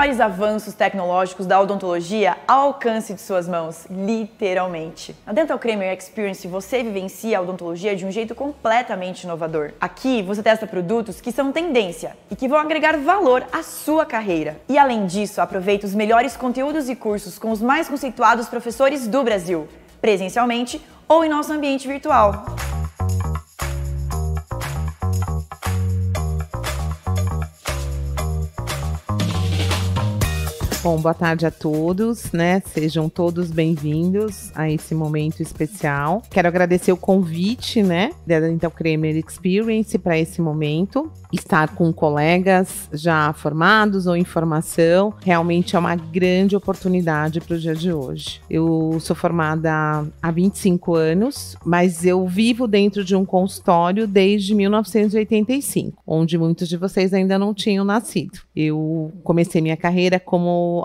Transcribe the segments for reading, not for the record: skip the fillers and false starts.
maiores avanços tecnológicos da odontologia ao alcance de suas mãos, literalmente. Na Dental Kramer Experience você vivencia a odontologia de um jeito completamente inovador. Aqui você testa produtos que são tendência e que vão agregar valor à sua carreira. E além disso, aproveita os melhores conteúdos e cursos com os mais conceituados professores do Brasil, presencialmente ou em nosso ambiente virtual. Bom, boa tarde a todos, né? Sejam todos bem-vindos a esse momento especial. Quero agradecer o convite, né, da Dental Kramer Experience para esse momento. Estar com colegas já formados ou em formação realmente é uma grande oportunidade para o dia de hoje. Eu sou formada há 25 anos, mas eu vivo dentro de um consultório desde 1985, onde muitos de vocês ainda não tinham nascido. Eu comecei minha carreira como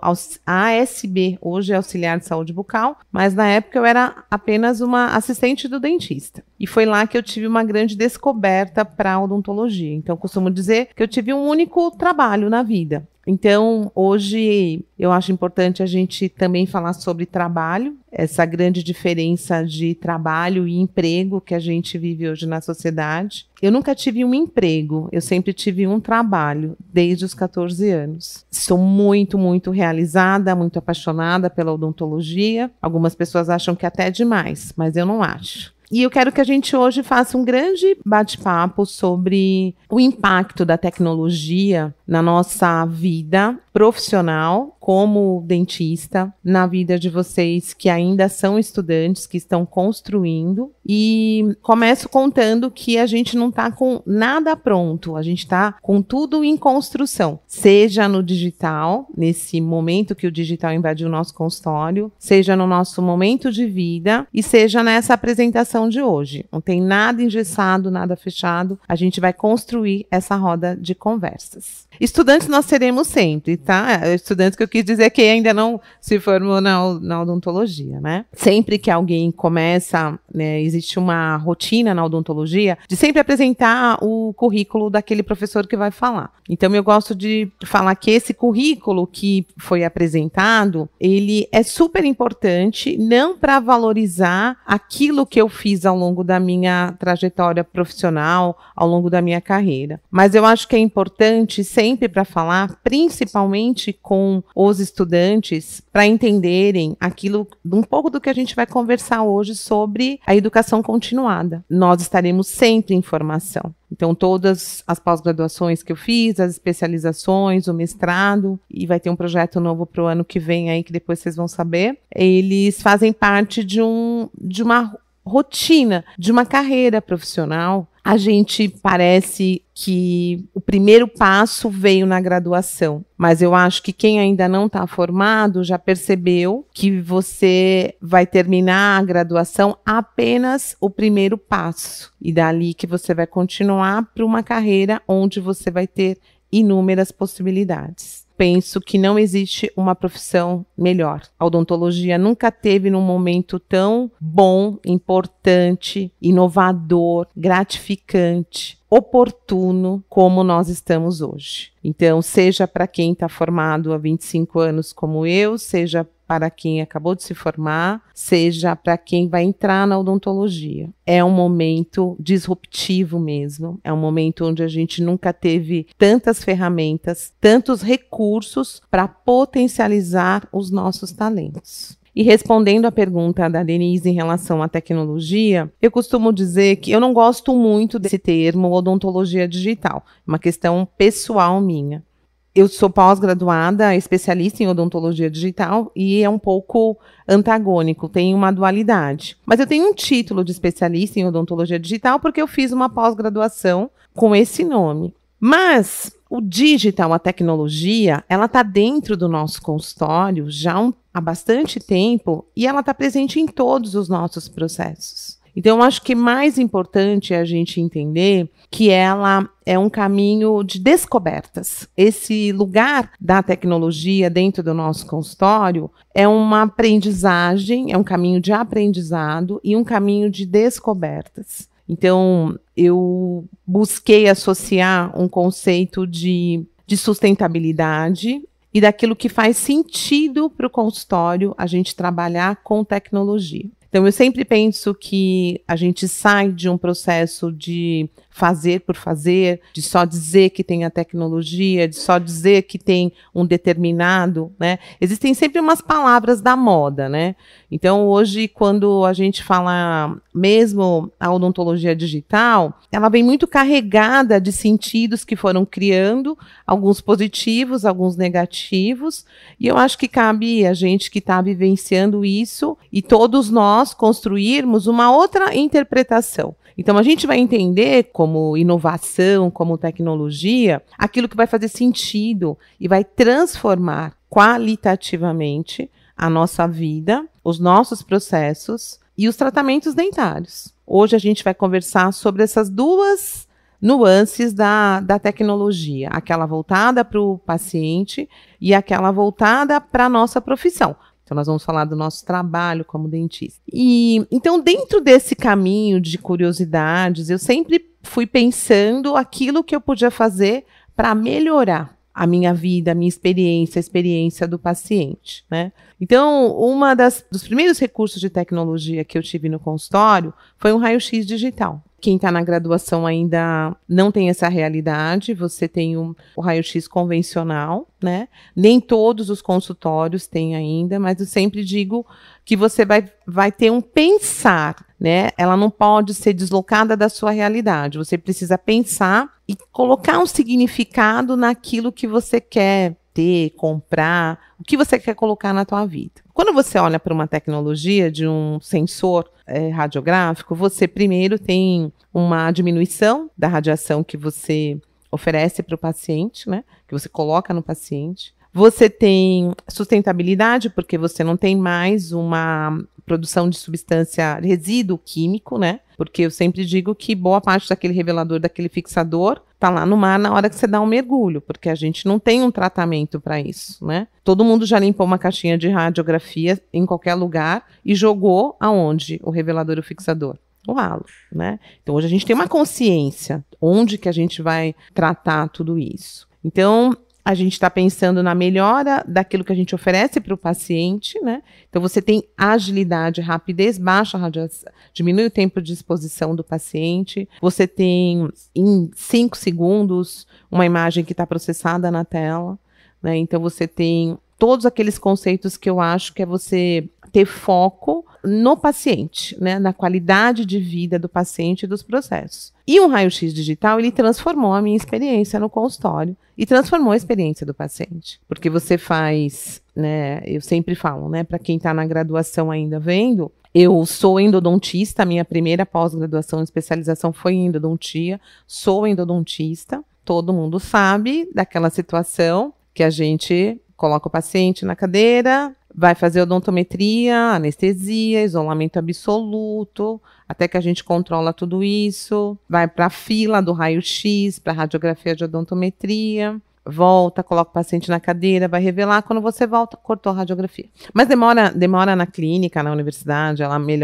ASB, hoje é auxiliar de saúde bucal, mas na época eu era apenas uma assistente do dentista. E foi lá que eu tive uma grande descoberta para a odontologia. Então, costumo dizer que eu tive um único trabalho na vida. Então, hoje eu acho importante a gente também falar sobre trabalho, essa grande diferença de trabalho e emprego que a gente vive hoje na sociedade. Eu nunca tive um emprego, eu sempre tive um trabalho, desde os 14 anos. Sou muito, muito realizada, muito apaixonada pela odontologia. Algumas pessoas acham que até é demais, mas eu não acho. E eu quero que a gente hoje faça um grande bate-papo sobre o impacto da tecnologia na nossa vida profissional como dentista, na vida de vocês que ainda são estudantes, que estão construindo. E começo contando que a gente não está com nada pronto, a gente está com tudo em construção, seja no digital, nesse momento que o digital invadiu o nosso consultório, seja no nosso momento de vida e seja nessa apresentação de hoje. Não tem nada engessado, nada fechado, a gente vai construir essa roda de conversas. Estudantes nós seremos sempre, tá? Estudantes que eu quis dizer que ainda não se formou na odontologia, né? Sempre que alguém começa, né, existe uma rotina na odontologia de sempre apresentar o currículo daquele professor que vai falar. Então eu gosto de falar que esse currículo que foi apresentado, ele é super importante, não para valorizar aquilo que eu fiz ao longo da minha trajetória profissional, ao longo da minha carreira, mas eu acho que é importante sempre para falar, principalmente com os estudantes, para entenderem aquilo, um pouco do que a gente vai conversar hoje sobre a educação continuada. Nós estaremos sempre em formação. Então, todas as pós-graduações que eu fiz, as especializações, o mestrado, e vai ter um projeto novo para o ano que vem aí, que depois vocês vão saber, eles fazem parte de uma rotina, de uma carreira profissional. A gente parece que o primeiro passo veio na graduação, mas eu acho que quem ainda não está formado já percebeu que você vai terminar a graduação apenas o primeiro passo, e dali que você vai continuar para uma carreira onde você vai ter inúmeras possibilidades. Penso que não existe uma profissão melhor. A odontologia nunca teve num momento tão bom, importante, inovador, gratificante, oportuno como nós estamos hoje. Então, seja para quem está formado há 25 anos como eu, seja para quem acabou de se formar, seja para quem vai entrar na odontologia. É um momento disruptivo mesmo, é um momento onde a gente nunca teve tantas ferramentas, tantos recursos para potencializar os nossos talentos. E respondendo à pergunta da Denise em relação à tecnologia, eu costumo dizer que eu não gosto muito desse termo odontologia digital, uma questão pessoal minha. Eu sou pós-graduada, especialista em odontologia digital e é um pouco antagônico, tem uma dualidade. Mas eu tenho um título de especialista em odontologia digital porque eu fiz uma pós-graduação com esse nome. Mas o digital, a tecnologia, ela está dentro do nosso consultório já há bastante tempo e ela está presente em todos os nossos processos. Então, eu acho que mais importante é a gente entender que ela é um caminho de descobertas. Esse lugar da tecnologia dentro do nosso consultório é uma aprendizagem, é um caminho de aprendizado e um caminho de descobertas. Então, eu busquei associar um conceito de sustentabilidade e daquilo que faz sentido para o consultório a gente trabalhar com tecnologia. Então, eu sempre penso que a gente sai de um processo de fazer por fazer, de só dizer que tem a tecnologia, de só dizer que tem um determinado, né? Existem sempre umas palavras da moda, né? Então, hoje, quando a gente fala mesmo a odontologia digital, ela vem muito carregada de sentidos que foram criando, alguns positivos, alguns negativos, e eu acho que cabe a gente que está vivenciando isso e todos nós construirmos uma outra interpretação. Então, a gente vai entender como inovação, como tecnologia, aquilo que vai fazer sentido e vai transformar qualitativamente a nossa vida, os nossos processos e os tratamentos dentários. Hoje a gente vai conversar sobre essas duas nuances da tecnologia, aquela voltada para o paciente e aquela voltada para a nossa profissão. Então, nós vamos falar do nosso trabalho como dentista. E então, dentro desse caminho de curiosidades, eu sempre fui pensando aquilo que eu podia fazer para melhorar a minha vida, a minha experiência, a experiência do paciente, né? Então, dos primeiros recursos de tecnologia que eu tive no consultório foi um raio-x digital. Quem está na graduação ainda não tem essa realidade, você tem o raio-x convencional, né? Nem todos os consultórios têm ainda, mas eu sempre digo que você vai ter um pensar, né? Ela não pode ser deslocada da sua realidade, você precisa pensar e colocar um significado naquilo que você quer ter, comprar, o que você quer colocar na tua vida. Quando você olha para uma tecnologia de um sensor radiográfico, você primeiro tem uma diminuição da radiação que você oferece para o paciente, né? Que você coloca no paciente. Você tem sustentabilidade, porque você não tem mais uma produção de substância, resíduo químico, né? Porque eu sempre digo que boa parte daquele revelador, daquele fixador, está lá no mar na hora que você dá um mergulho, porque a gente não tem um tratamento para isso, né? Todo mundo já limpou uma caixinha de radiografia em qualquer lugar e jogou aonde? O revelador e o fixador? O ralo, né? Então, hoje a gente tem uma consciência onde que a gente vai tratar tudo isso. Então, a gente está pensando na melhora daquilo que a gente oferece para o paciente, né? Então, você tem agilidade, rapidez, baixa radiação, diminui o tempo de exposição do paciente. Você tem, em 5 segundos, uma imagem que está processada na tela, né? Então, você tem todos aqueles conceitos que eu acho que é você ter foco no paciente, né? Na qualidade de vida do paciente e dos processos. E um raio-x digital, ele transformou a minha experiência no consultório e transformou a experiência do paciente. Porque você faz, né? Eu sempre falo, né? Para quem está na graduação ainda vendo, eu sou endodontista, minha primeira pós-graduação e especialização foi em endodontia, sou endodontista, todo mundo sabe daquela situação que a gente coloca o paciente na cadeira, vai fazer odontometria, anestesia, isolamento absoluto, até que a gente controla tudo isso, vai para a fila do raio-x, para a radiografia de odontometria, volta, coloca o paciente na cadeira, vai revelar, quando você volta, cortou a radiografia. Mas demora na clínica, na universidade,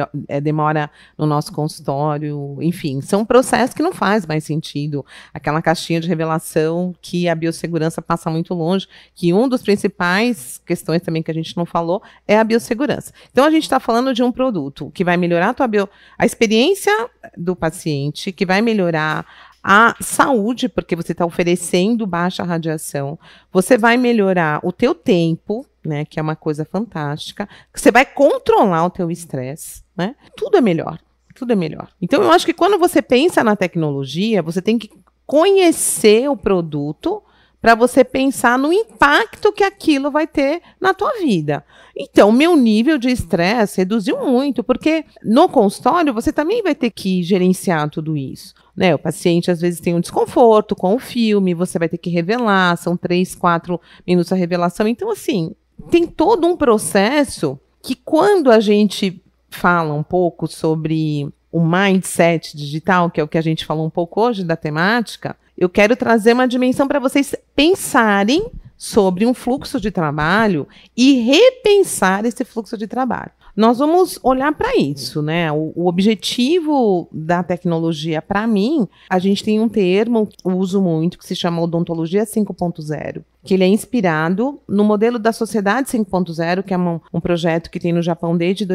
demora no nosso consultório, enfim, são processos que não faz mais sentido. Aquela caixinha de revelação que a biossegurança passa muito longe, que um dos principais questões também que a gente não falou é a biossegurança. Então, a gente está falando de um produto que vai melhorar a experiência do paciente, que vai melhorar a saúde, porque você está oferecendo baixa radiação, você vai melhorar o teu tempo, né, que é uma coisa fantástica, você vai controlar o teu estresse, né, tudo é melhor, tudo é melhor. Então, eu acho que quando você pensa na tecnologia, você tem que conhecer o produto para você pensar no impacto que aquilo vai ter na tua vida. Então, meu nível de estresse reduziu muito, porque no consultório você também vai ter que gerenciar tudo isso, né? O paciente às vezes tem um desconforto com o filme, você vai ter que revelar, são 3, 4 minutos a revelação. Então, assim, tem todo um processo que quando a gente fala um pouco sobre o mindset digital, que é o que a gente falou um pouco hoje da temática, eu quero trazer uma dimensão para vocês pensarem sobre um fluxo de trabalho e repensar esse fluxo de trabalho. nós vamos olhar para isso, né? O objetivo da tecnologia, para mim, a gente tem um termo, eu uso muito, que se chama odontologia 5.0, que ele é inspirado no modelo da Sociedade 5.0, que é um projeto que tem no Japão desde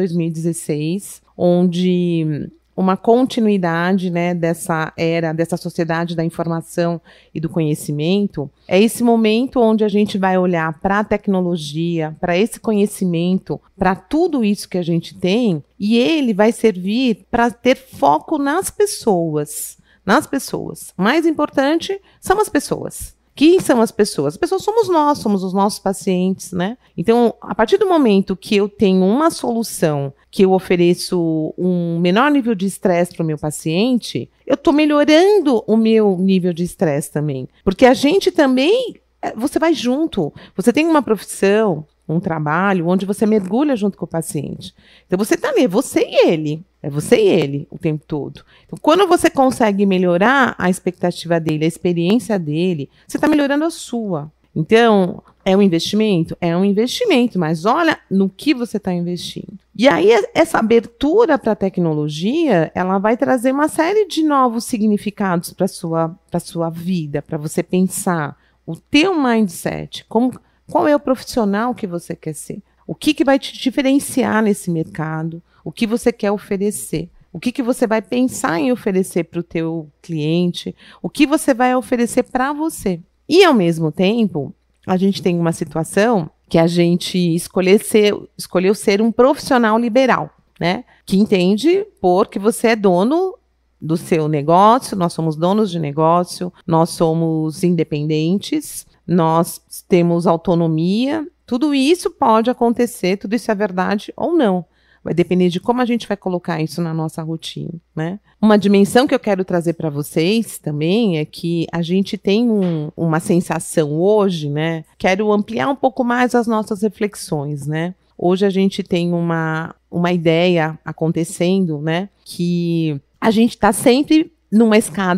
2016, onde uma continuidade, né, dessa era, dessa sociedade da informação e do conhecimento, é esse momento onde a gente vai olhar para a tecnologia, para esse conhecimento, para tudo isso que a gente tem, e ele vai servir para ter foco nas pessoas. Nas pessoas. O mais importante são as pessoas. Quem são as pessoas? As pessoas somos nós, somos os nossos pacientes, né? Então, a partir do momento que eu tenho uma solução, que eu ofereço um menor nível de estresse para o meu paciente, eu estou melhorando o meu nível de estresse também. Porque a gente também, você vai junto. Você tem uma profissão, um trabalho, onde você mergulha junto com o paciente. Então, você está ali, você e ele. É você e ele o tempo todo. Então, quando você consegue melhorar a expectativa dele, a experiência dele, você está melhorando a sua. Então, é um investimento? É um investimento, mas olha no que você está investindo. E aí, essa abertura para a tecnologia, ela vai trazer uma série de novos significados para a sua vida, para você pensar o teu mindset, qual é o profissional que você quer ser, o que vai te diferenciar nesse mercado, o que você quer oferecer, o que você vai pensar em oferecer para o teu cliente, o que você vai oferecer para você. E, ao mesmo tempo, a gente tem uma situação que a gente escolheu ser um profissional liberal, né? Que entende porque você é dono do seu negócio, nós somos donos de negócio, nós somos independentes, nós temos autonomia, tudo isso pode acontecer, tudo isso é verdade ou não. Vai depender de como a gente vai colocar isso na nossa rotina, né? Uma dimensão que eu quero trazer para vocês também é que a gente tem uma sensação hoje, né? Quero ampliar um pouco mais as nossas reflexões, né? Hoje a gente tem uma ideia acontecendo, né? Que a gente está sempre numa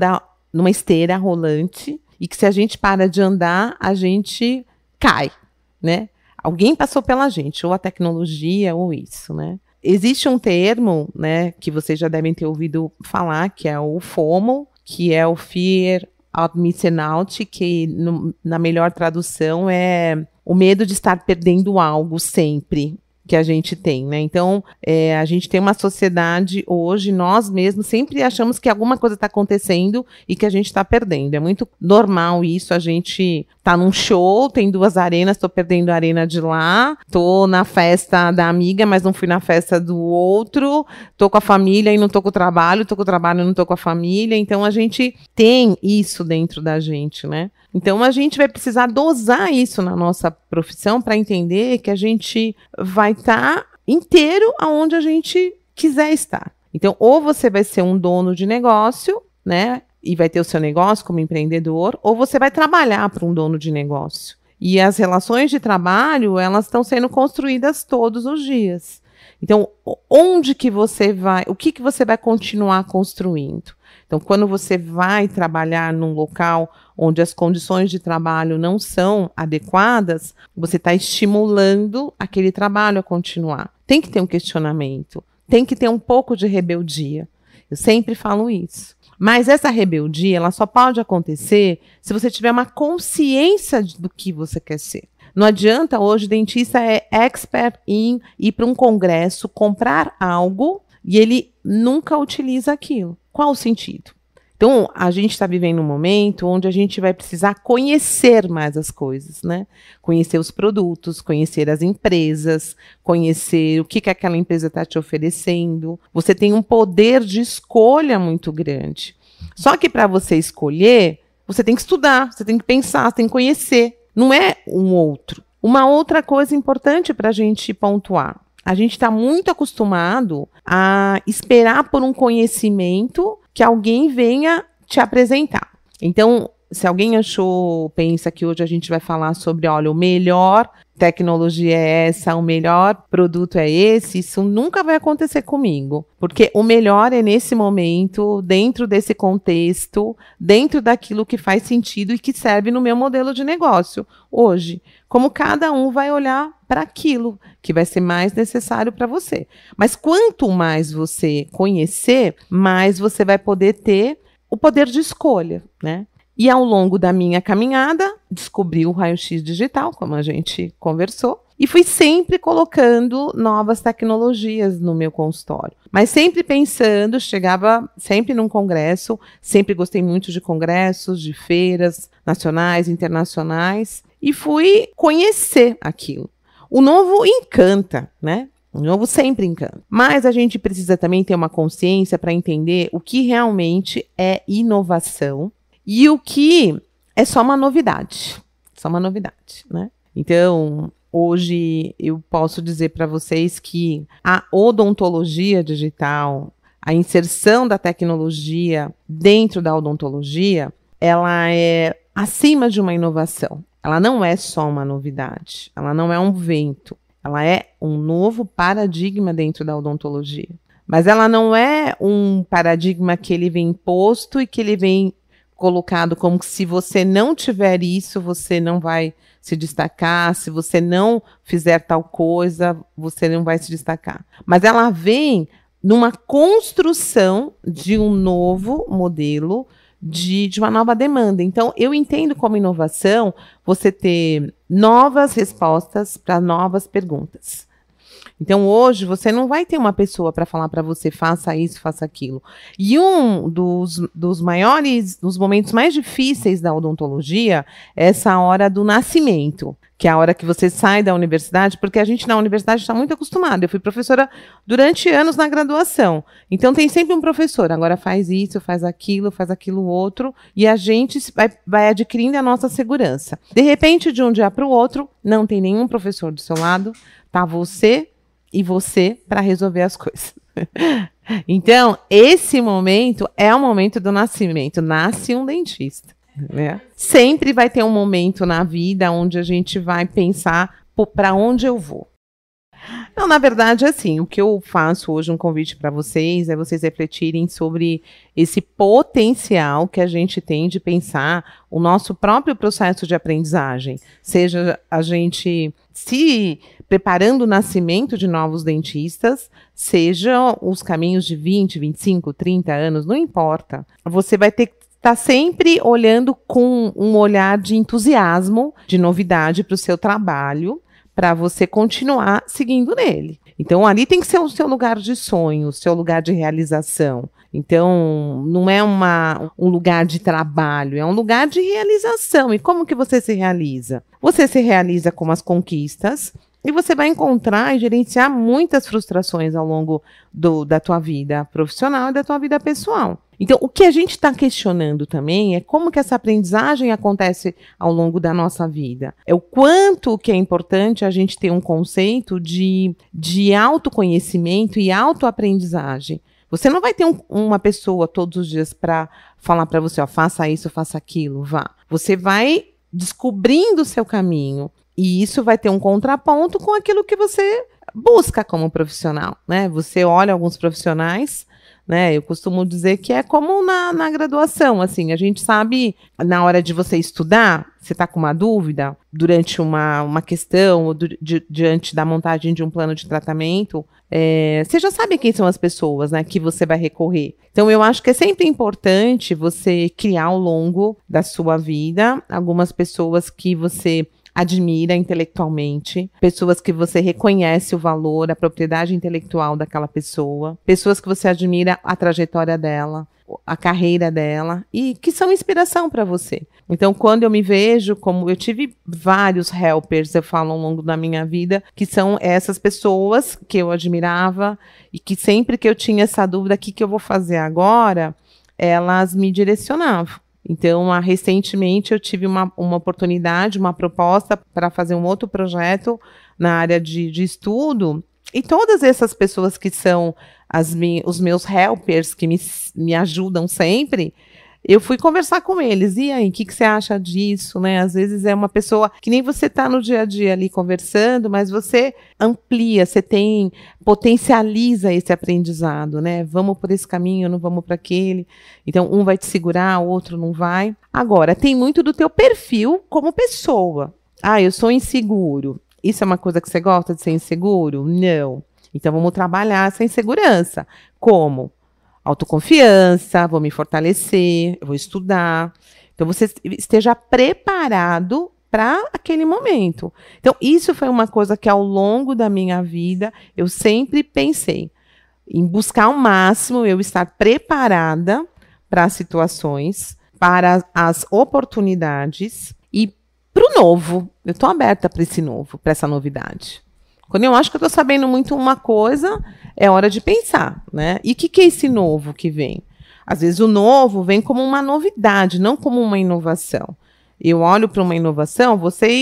esteira rolante e que se a gente para de andar, a gente cai, né? Alguém passou pela gente, ou a tecnologia, ou isso, né? Existe um termo, né, que vocês já devem ter ouvido falar, que é o FOMO, que é o Fear of Missing Out, que na melhor tradução é o medo de estar perdendo algo sempre que a gente tem, né? Então, a gente tem uma sociedade hoje, nós mesmos sempre achamos que alguma coisa está acontecendo e que a gente está perdendo. É muito normal isso, a gente tá num show, tem 2 arenas, tô perdendo a arena de lá, tô na festa da amiga, mas não fui na festa do outro, tô com a família e não tô com o trabalho, tô com o trabalho e não tô com a família. Então, a gente tem isso dentro da gente, né? Então, a gente vai precisar dosar isso na nossa profissão para entender que a gente vai estar inteiro aonde a gente quiser estar. Então, ou você vai ser um dono de negócio, né? E vai ter o seu negócio como empreendedor, ou você vai trabalhar para um dono de negócio. E as relações de trabalho, elas estão sendo construídas todos os dias. Então, onde que você vai, o que você vai continuar construindo? Então, quando você vai trabalhar num local onde as condições de trabalho não são adequadas, você está estimulando aquele trabalho a continuar. Tem que ter um questionamento, tem que ter um pouco de rebeldia. Eu sempre falo isso. Mas essa rebeldia, ela só pode acontecer se você tiver uma consciência do que você quer ser. Não adianta hoje, o dentista é expert em ir para um congresso, comprar algo e ele nunca utiliza aquilo. Qual o sentido? Então, a gente está vivendo um momento onde a gente vai precisar conhecer mais as coisas, né? Conhecer os produtos, conhecer as empresas, conhecer o que aquela empresa está te oferecendo. Você tem um poder de escolha muito grande. Só que para você escolher, você tem que estudar, você tem que pensar, você tem que conhecer. Não é um outro. Uma outra coisa importante para a gente pontuar. A gente está muito acostumado a esperar por um conhecimento que alguém venha te apresentar. Então, se alguém pensa que hoje a gente vai falar sobre, olha, o melhor tecnologia é essa, o melhor produto é esse, isso nunca vai acontecer comigo. Porque o melhor é nesse momento, dentro desse contexto, dentro daquilo que faz sentido e que serve no meu modelo de negócio hoje. Como cada um vai olhar para aquilo que vai ser mais necessário para você. Mas quanto mais você conhecer, mais você vai poder ter o poder de escolha, né? E ao longo da minha caminhada, descobri o raio-x digital, como a gente conversou, e fui sempre colocando novas tecnologias no meu consultório. Mas sempre pensando, chegava sempre num congresso, sempre gostei muito de congressos, de feiras nacionais, internacionais, e fui conhecer aquilo. O novo encanta, né? O novo sempre encanta. Mas a gente precisa também ter uma consciência para entender o que realmente é inovação e o que é só uma novidade. Só uma novidade, né? Então, hoje eu posso dizer para vocês que a odontologia digital, a inserção da tecnologia dentro da odontologia, ela é acima de uma inovação. Ela não é só uma novidade, ela não é um vento, ela é um novo paradigma dentro da odontologia. Mas ela não é um paradigma que ele vem imposto e que ele vem colocado como que se você não tiver isso, você não vai se destacar, se você não fizer tal coisa, você não vai se destacar. Mas ela vem numa construção de um novo modelo, de uma nova demanda. Então, eu entendo como inovação você ter novas respostas para novas perguntas. Então, hoje, você não vai ter uma pessoa para falar para você, faça isso, faça aquilo. E um dos momentos mais difíceis da odontologia é essa hora do nascimento, que é a hora que você sai da universidade, porque a gente na universidade está muito acostumado. Eu fui professora durante anos na graduação. Então, tem sempre um professor, agora faz isso, faz aquilo outro, e a gente vai adquirindo a nossa segurança. De repente, de um dia para o outro, não tem nenhum professor do seu lado, tá você e você para resolver as coisas. Então, esse momento é o momento do nascimento. Nasce um dentista. Né? Sempre vai ter um momento na vida onde a gente vai pensar para onde eu vou. Não, na verdade, assim, o que eu faço hoje, um convite para vocês, é vocês refletirem sobre esse potencial que a gente tem de pensar o nosso próprio processo de aprendizagem. Seja a gente se preparando o nascimento de novos dentistas, seja os caminhos de 20, 25, 30 anos, não importa. Você vai ter que estar sempre olhando com um olhar de entusiasmo, de novidade para o seu trabalho, para você continuar seguindo nele. Então, ali tem que ser o seu lugar de sonho, o seu lugar de realização. Então, não é um lugar de trabalho, é um lugar de realização. E como que você se realiza? Você se realiza com as conquistas e você vai encontrar e gerenciar muitas frustrações ao longo da tua vida profissional e da tua vida pessoal. Então, o que a gente está questionando também é como que essa aprendizagem acontece ao longo da nossa vida. É o quanto que é importante a gente ter um conceito de autoconhecimento e autoaprendizagem. Você não vai ter uma pessoa todos os dias para falar para você, ó, faça isso, faça aquilo, vá. Você vai descobrindo o seu caminho e isso vai ter um contraponto com aquilo que você busca como profissional, né? Você olha alguns profissionais, né? Eu costumo dizer que é como na graduação, assim, a gente sabe, na hora de você estudar, você está com uma dúvida, durante uma questão, ou diante da montagem de um plano de tratamento, você já sabe quem são as pessoas, né, que você vai recorrer. Então, eu acho que é sempre importante você criar ao longo da sua vida algumas pessoas que você admira intelectualmente, pessoas que você reconhece o valor, a propriedade intelectual daquela pessoa, pessoas que você admira a trajetória dela, a carreira dela e que são inspiração para você. Então, quando eu me vejo, como eu tive vários helpers, eu falo ao longo da minha vida, que são essas pessoas que eu admirava e que sempre que eu tinha essa dúvida, o que eu vou fazer agora, elas me direcionavam. Então, recentemente eu tive uma oportunidade, uma proposta para fazer um outro projeto na área de estudo, e todas essas pessoas que são os meus helpers, que me ajudam sempre, eu fui conversar com eles. E aí, o que você acha disso, né? Às vezes é uma pessoa que nem você está no dia a dia ali conversando, mas você amplia, potencializa esse aprendizado, né? Vamos por esse caminho, não vamos para aquele. Então, um vai te segurar, o outro não vai. Agora, tem muito do teu perfil como pessoa. Eu sou inseguro. Isso é uma coisa que você gosta de ser inseguro? Não. Então vamos trabalhar essa insegurança. Como? Autoconfiança, vou me fortalecer, vou estudar. Então você esteja preparado para aquele momento. Então isso foi uma coisa que ao longo da minha vida eu sempre pensei em buscar ao máximo eu estar preparada para as situações, para as oportunidades e para o novo. Eu estou aberta para esse novo, para essa novidade. Quando eu acho que eu estou sabendo muito uma coisa, é hora de pensar, né? E o que é esse novo que vem? Às vezes o novo vem como uma novidade, não como uma inovação. Eu olho para uma inovação,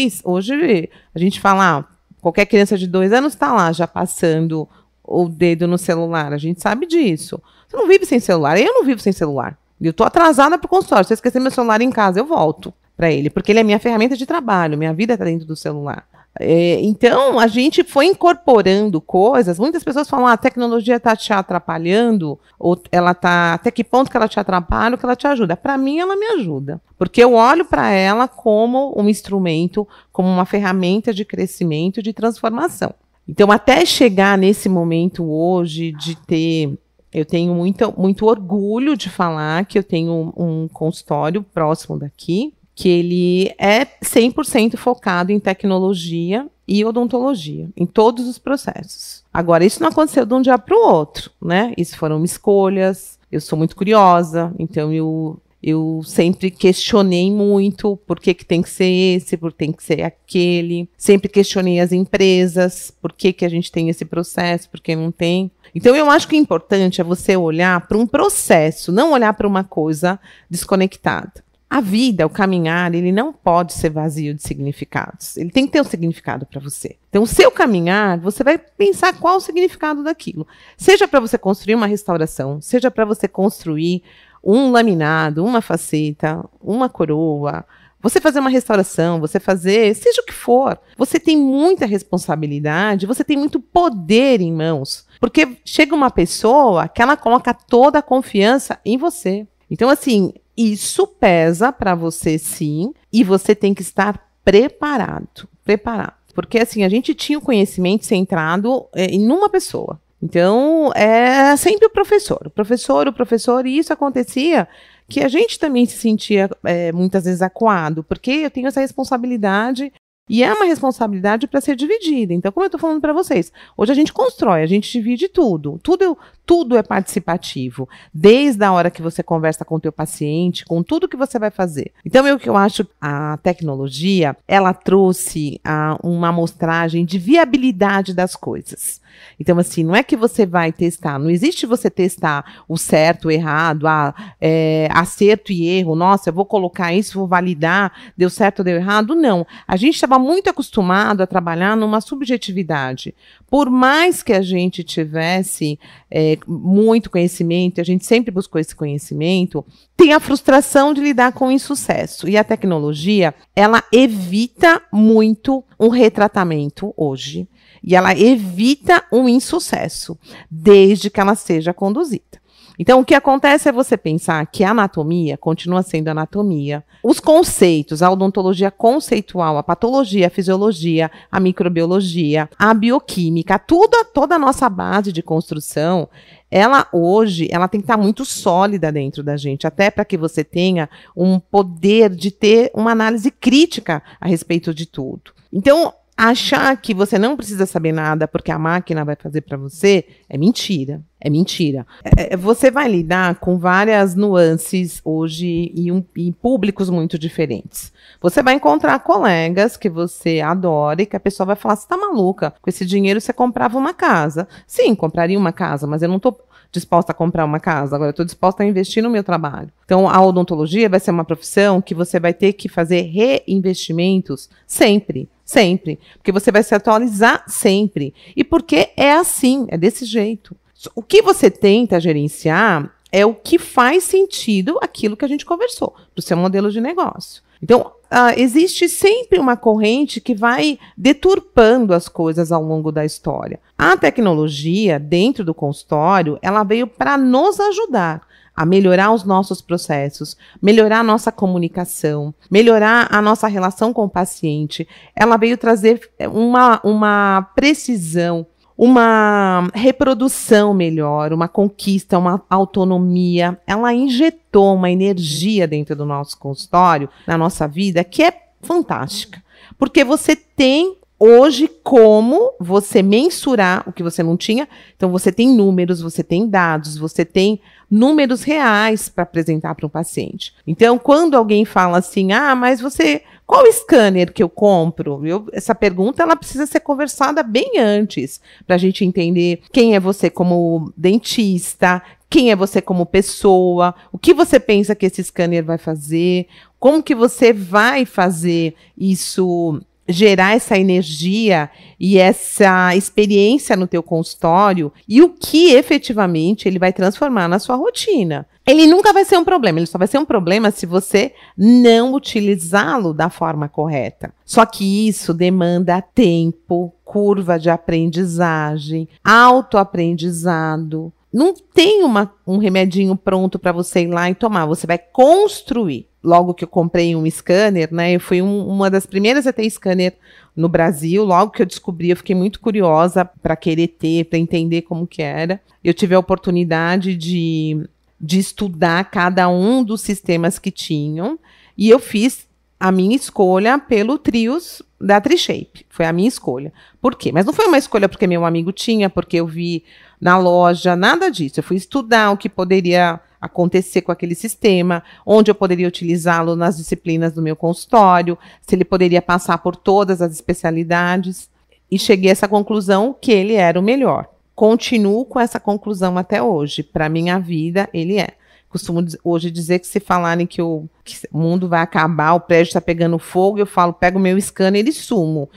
hoje a gente fala, qualquer criança de 2 anos está lá já passando o dedo no celular, a gente sabe disso. Você não vive sem celular, eu não vivo sem celular. Eu estou atrasada para o consultório, se eu esquecer meu celular em casa, eu volto para ele, porque ele é minha ferramenta de trabalho, minha vida está dentro do celular. Então, a gente foi incorporando coisas. Muitas pessoas falam, a tecnologia está te atrapalhando, ou ela tá, até que ponto que ela te atrapalha ou que ela te ajuda? Para mim, ela me ajuda, porque eu olho para ela como um instrumento, como uma ferramenta de crescimento, de transformação. Então, até chegar nesse momento hoje eu tenho muito orgulho de falar que eu tenho um consultório próximo daqui, que ele é 100% focado em tecnologia e odontologia, em todos os processos. Agora, isso não aconteceu de um dia para o outro, né? Isso foram escolhas, eu sou muito curiosa, então eu sempre questionei muito por que tem que ser esse, por que tem que ser aquele. Sempre questionei as empresas, por que a gente tem esse processo, por que não tem. Então, eu acho que o importante é você olhar para um processo, não olhar para uma coisa desconectada. A vida, o caminhar, ele não pode ser vazio de significados. Ele tem que ter um significado para você. Então, o seu caminhar, você vai pensar qual o significado daquilo. Seja para você construir uma restauração, seja para você construir um laminado, uma faceta, uma coroa, você fazer uma restauração, você fazer, seja o que for. Você tem muita responsabilidade, você tem muito poder em mãos. Porque chega uma pessoa que ela coloca toda a confiança em você. Então, assim, isso pesa para você, sim, e você tem que estar preparado. Porque, assim, a gente tinha o conhecimento centrado em uma pessoa. Então, é sempre o professor, e isso acontecia que a gente também se sentia muitas vezes acuado, porque eu tenho essa responsabilidade. E é uma responsabilidade para ser dividida. Então, como eu estou falando para vocês, hoje a gente constrói, a gente divide tudo. Tudo é participativo. Desde a hora que você conversa com o teu paciente, com tudo que você vai fazer. Então, o que eu acho, a tecnologia, ela trouxe uma amostragem de viabilidade das coisas. Então, assim, não é que você vai testar, não existe você testar o certo, o errado, acerto e erro, nossa, eu vou colocar isso, vou validar, deu certo ou deu errado, não. A gente estava muito acostumado a trabalhar numa subjetividade. Por mais que a gente tivesse muito conhecimento, a gente sempre buscou esse conhecimento, tem a frustração de lidar com o insucesso. E a tecnologia, ela evita muito um retratamento hoje. E ela evita um insucesso, desde que ela seja conduzida. Então, o que acontece é você pensar que a anatomia continua sendo anatomia. Os conceitos, a odontologia conceitual, a patologia, a fisiologia, a microbiologia, a bioquímica, toda a nossa base de construção, ela tem que estar muito sólida dentro da gente, até para que você tenha um poder de ter uma análise crítica a respeito de tudo. Então, achar que você não precisa saber nada porque a máquina vai fazer para você é mentira. É mentira. Você vai lidar com várias nuances hoje em públicos muito diferentes. Você vai encontrar colegas que você adora e que a pessoa vai falar, você está maluca, com esse dinheiro você comprava uma casa. Sim, compraria uma casa, mas eu não estou disposta a comprar uma casa, agora eu estou disposta a investir no meu trabalho. Então, a odontologia vai ser uma profissão que você vai ter que fazer reinvestimentos sempre, porque você vai se atualizar sempre. E porque é assim, é desse jeito. O que você tenta gerenciar é o que faz sentido aquilo que a gente conversou, para o seu modelo de negócio. Então, existe sempre uma corrente que vai deturpando as coisas ao longo da história. A tecnologia, dentro do consultório, ela veio para nos ajudar a melhorar os nossos processos, melhorar a nossa comunicação, melhorar a nossa relação com o paciente. Ela veio trazer uma precisão, uma reprodução melhor, uma conquista, uma autonomia. Ela injetou uma energia dentro do nosso consultório, na nossa vida, que é fantástica. Porque você tem hoje como você mensurar o que você não tinha. Então você tem números, você tem dados, você tem números reais para apresentar para um paciente. Então quando alguém fala assim, mas qual scanner que eu compro? Essa pergunta ela precisa ser conversada bem antes, para a gente entender quem é você como dentista, quem é você como pessoa, o que você pensa que esse scanner vai fazer, como que você vai fazer isso, gerar essa energia e essa experiência no teu consultório e o que efetivamente ele vai transformar na sua rotina. Ele nunca vai ser um problema, ele só vai ser um problema se você não utilizá-lo da forma correta. Só que isso demanda tempo, curva de aprendizagem, autoaprendizado. Não tem um remedinho pronto para você ir lá e tomar, você vai construir. Logo que eu comprei um scanner, né, eu fui uma das primeiras a ter scanner no Brasil. Logo que eu descobri, eu fiquei muito curiosa para querer ter, para entender como que era. Eu tive a oportunidade de estudar cada um dos sistemas que tinham e eu fiz a minha escolha pelo Trios da Trishape. Foi a minha escolha. Por quê? Mas não foi uma escolha porque meu amigo tinha, porque eu vi na loja, nada disso. Eu fui estudar o que poderia acontecer com aquele sistema, onde eu poderia utilizá-lo nas disciplinas do meu consultório, se ele poderia passar por todas as especialidades, e cheguei a essa conclusão que ele era o melhor. Continuo com essa conclusão até hoje. Para minha vida, ele é. Costumo hoje dizer que se falarem que o mundo vai acabar, o prédio está pegando fogo, eu falo, pego o meu scanner e sumo.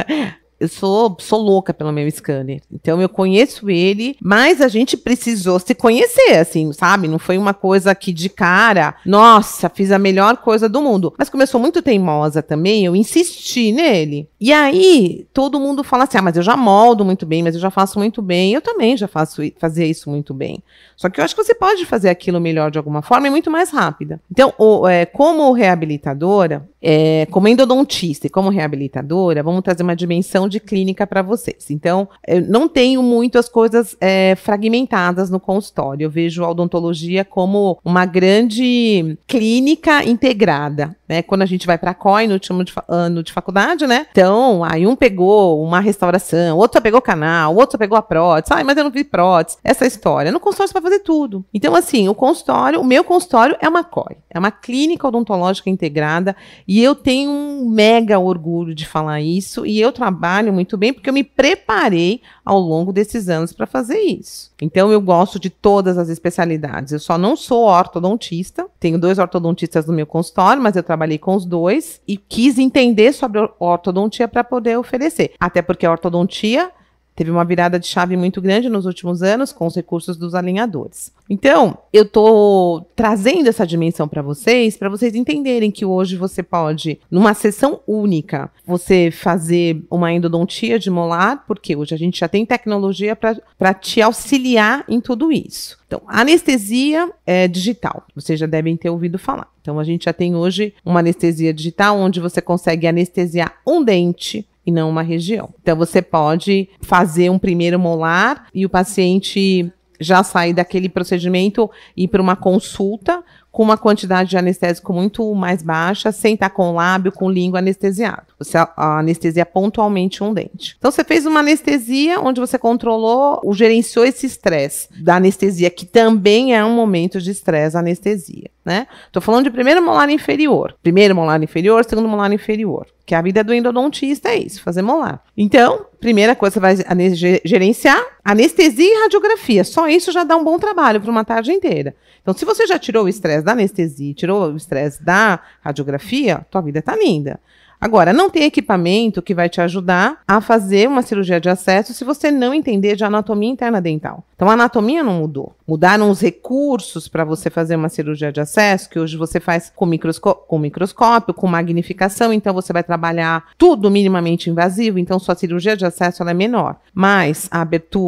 Eu sou louca pelo meu scanner. Então, eu conheço ele, mas a gente precisou se conhecer, assim, sabe? Não foi uma coisa que de cara, nossa, fiz a melhor coisa do mundo. Mas como eu sou muito teimosa também, eu insisti nele. E aí, todo mundo fala assim, mas eu já moldo muito bem, mas eu já faço muito bem. Eu também já fazia isso muito bem. Só que eu acho que você pode fazer aquilo melhor de alguma forma e muito mais rápida. Então, como reabilitadora, como endodontista e como reabilitadora, vamos trazer uma dimensão de clínica para vocês. Então, eu não tenho muito as coisas fragmentadas no consultório. Eu vejo a odontologia como uma grande clínica integrada, né? Quando a gente vai para a COI no último ano de faculdade, né? Então, aí um pegou uma restauração, outro só pegou canal, outro só pegou a prótese. Mas eu não vi prótese. Essa história. No consultório você vai fazer tudo. Então, assim, o meu consultório é uma COI. É uma clínica odontológica integrada. E eu tenho um mega orgulho de falar isso, e eu trabalho muito bem porque eu me preparei ao longo desses anos para fazer isso. Então eu gosto de todas as especialidades. Eu só não sou ortodontista, tenho 2 ortodontistas no meu consultório, mas eu trabalhei com os 2 e quis entender sobre ortodontia para poder oferecer. Até porque a ortodontia teve uma virada de chave muito grande nos últimos anos com os recursos dos alinhadores. Então, eu estou trazendo essa dimensão para vocês entenderem que hoje você pode, numa sessão única, você fazer uma endodontia de molar, porque hoje a gente já tem tecnologia para te auxiliar em tudo isso. Então, anestesia digital, vocês já devem ter ouvido falar. Então, a gente já tem hoje uma anestesia digital onde você consegue anestesiar um dente e não uma região. Então, você pode fazer um primeiro molar e o paciente já sair daquele procedimento e ir para uma consulta com uma quantidade de anestésico muito mais baixa, sem estar com lábio, com língua anestesiado. Você anestesia pontualmente um dente. Então, você fez uma anestesia onde você gerenciou esse estresse da anestesia, que também é um momento de estresse anestesia, né? Tô falando de primeiro molar inferior, segundo molar inferior, que a vida do endodontista é isso, fazer molar. Então, primeira coisa, você vai gerenciar anestesia e radiografia. Só isso já dá um bom trabalho para uma tarde inteira. Então, se você já tirou o estresse da anestesia, tirou o estresse da radiografia, tua vida tá linda. Agora, não tem equipamento que vai te ajudar a fazer uma cirurgia de acesso se você não entender de anatomia interna dental. Então, a anatomia não mudou. Mudaram os recursos para você fazer uma cirurgia de acesso, que hoje você faz com microscópio, com magnificação, então você vai trabalhar tudo minimamente invasivo, então sua cirurgia de acesso ela é menor. Mas a abertura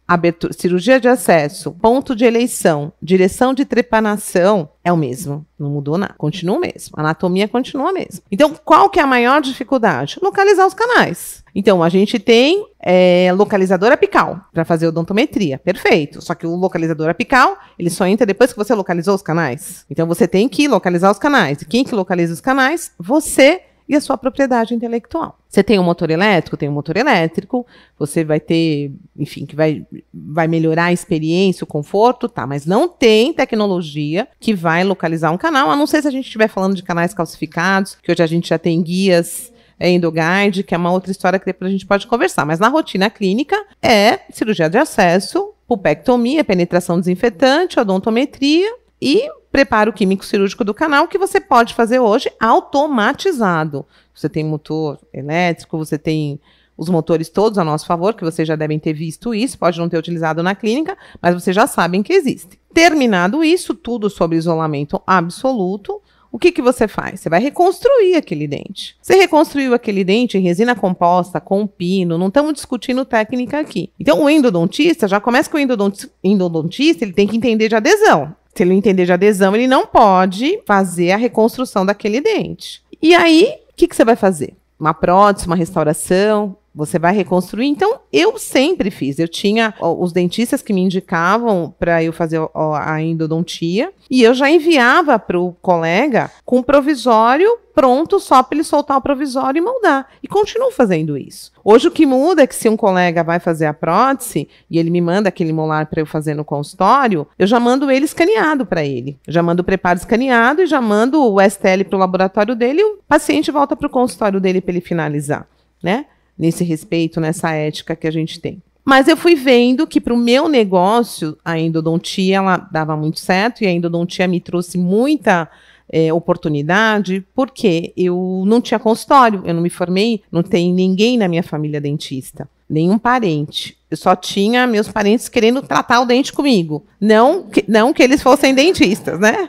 abertura, cirurgia de acesso, ponto de eleição, direção de trepanação, é o mesmo. Não mudou nada. Continua o mesmo. A anatomia continua a mesma. Então, qual que é a maior dificuldade? Localizar os canais. Então, a gente tem localizador apical para fazer odontometria. Perfeito. Só que o localizador apical, ele só entra depois que você localizou os canais. Então, você tem que localizar os canais. E quem que localiza os canais? Você e a sua propriedade intelectual. Você tem um motor elétrico? Tem um motor elétrico. Você vai ter, enfim, que vai melhorar a experiência, o conforto, tá? Mas não tem tecnologia que vai localizar um canal, a não ser se a gente estiver falando de canais calcificados, que hoje a gente já tem guias EndoGuide, que é uma outra história que depois a gente pode conversar. Mas na rotina clínica é cirurgia de acesso, pulpectomia, penetração desinfetante, odontometria e preparo químico cirúrgico do canal, que você pode fazer hoje automatizado. Você tem motor elétrico, você tem os motores todos a nosso favor, que vocês já devem ter visto isso, pode não ter utilizado na clínica, mas vocês já sabem que existe. Terminado isso, tudo sobre isolamento absoluto, o que você faz? Você vai reconstruir aquele dente. Você reconstruiu aquele dente em resina composta, com pino, não estamos discutindo técnica aqui. Então, o endodontista, já começa com o endodontista, ele tem que entender de adesão. Se ele não entender de adesão, ele não pode fazer a reconstrução daquele dente. E aí, o que você vai fazer? Uma prótese, uma restauração, você vai reconstruir. Então, eu sempre fiz. Eu tinha os dentistas que me indicavam para eu fazer a endodontia e eu já enviava para o colega com provisório pronto só para ele soltar o provisório e moldar. E continuo fazendo isso. Hoje o que muda é que se um colega vai fazer a prótese e ele me manda aquele molar para eu fazer no consultório, eu já mando ele escaneado para ele. Eu já mando o preparo escaneado e já mando o STL para o laboratório dele e o paciente volta para o consultório dele para ele finalizar, né? Nesse respeito, nessa ética que a gente tem. Mas eu fui vendo que para o meu negócio, a endodontia, ela dava muito certo e a endodontia me trouxe muita oportunidade, porque eu não tinha consultório, eu não me formei, não tem ninguém na minha família dentista, nenhum parente. Eu só tinha meus parentes querendo tratar o dente comigo, não que eles fossem dentistas, né?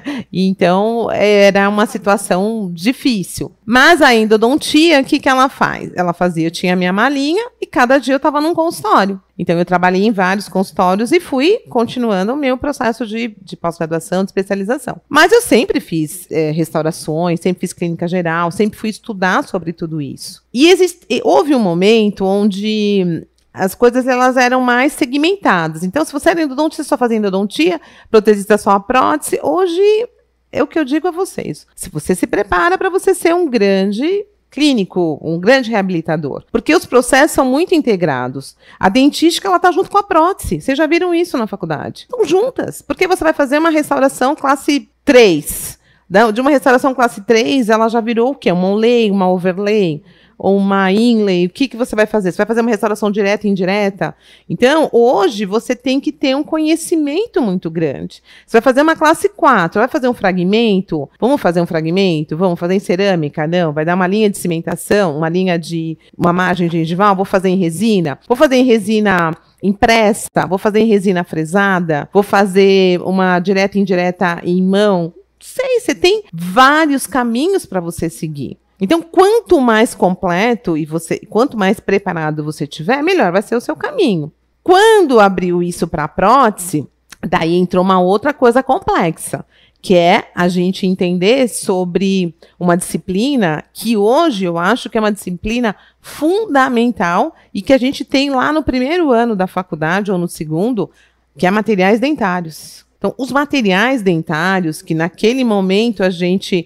Então, era uma situação difícil. Mas a endodontia, o que ela faz? Ela fazia, eu tinha a minha malinha e cada dia eu estava num consultório. Então, eu trabalhei em vários consultórios e fui continuando o meu processo de pós-graduação, de especialização. Mas eu sempre fiz restaurações, sempre fiz clínica geral, sempre fui estudar sobre tudo isso. E houve um momento onde as coisas elas eram mais segmentadas. Então, se você era endodontista, só fazia endodontia, protesista só a prótese, hoje é o que eu digo a vocês. Se você se prepara para você ser um grande clínico, um grande reabilitador, porque os processos são muito integrados. A dentística, ela está junto com a prótese. Vocês já viram isso na faculdade? Estão juntas. Porque você vai fazer uma restauração classe 3. De uma restauração classe 3, ela já virou o quê? Uma onlay, uma overlay, ou uma inlay, o que você vai fazer? Você vai fazer uma restauração direta e indireta? Então, hoje, você tem que ter um conhecimento muito grande. Você vai fazer uma classe 4, vai fazer um fragmento? Vamos fazer um fragmento? Vamos fazer em cerâmica? Não, vai dar uma linha de cimentação, uma margem gengival, vou fazer em resina? Vou fazer em resina impressa? Vou fazer em resina fresada? Vou fazer uma direta e indireta em mão? Sei, você tem vários caminhos para você seguir. Então, quanto mais completo quanto mais preparado você tiver, melhor vai ser o seu caminho. Quando abriu isso para a prótese, daí entrou uma outra coisa complexa, que é a gente entender sobre uma disciplina que hoje eu acho que é uma disciplina fundamental e que a gente tem lá no primeiro ano da faculdade ou no segundo, que é materiais dentários. Então, os materiais dentários, que naquele momento a gente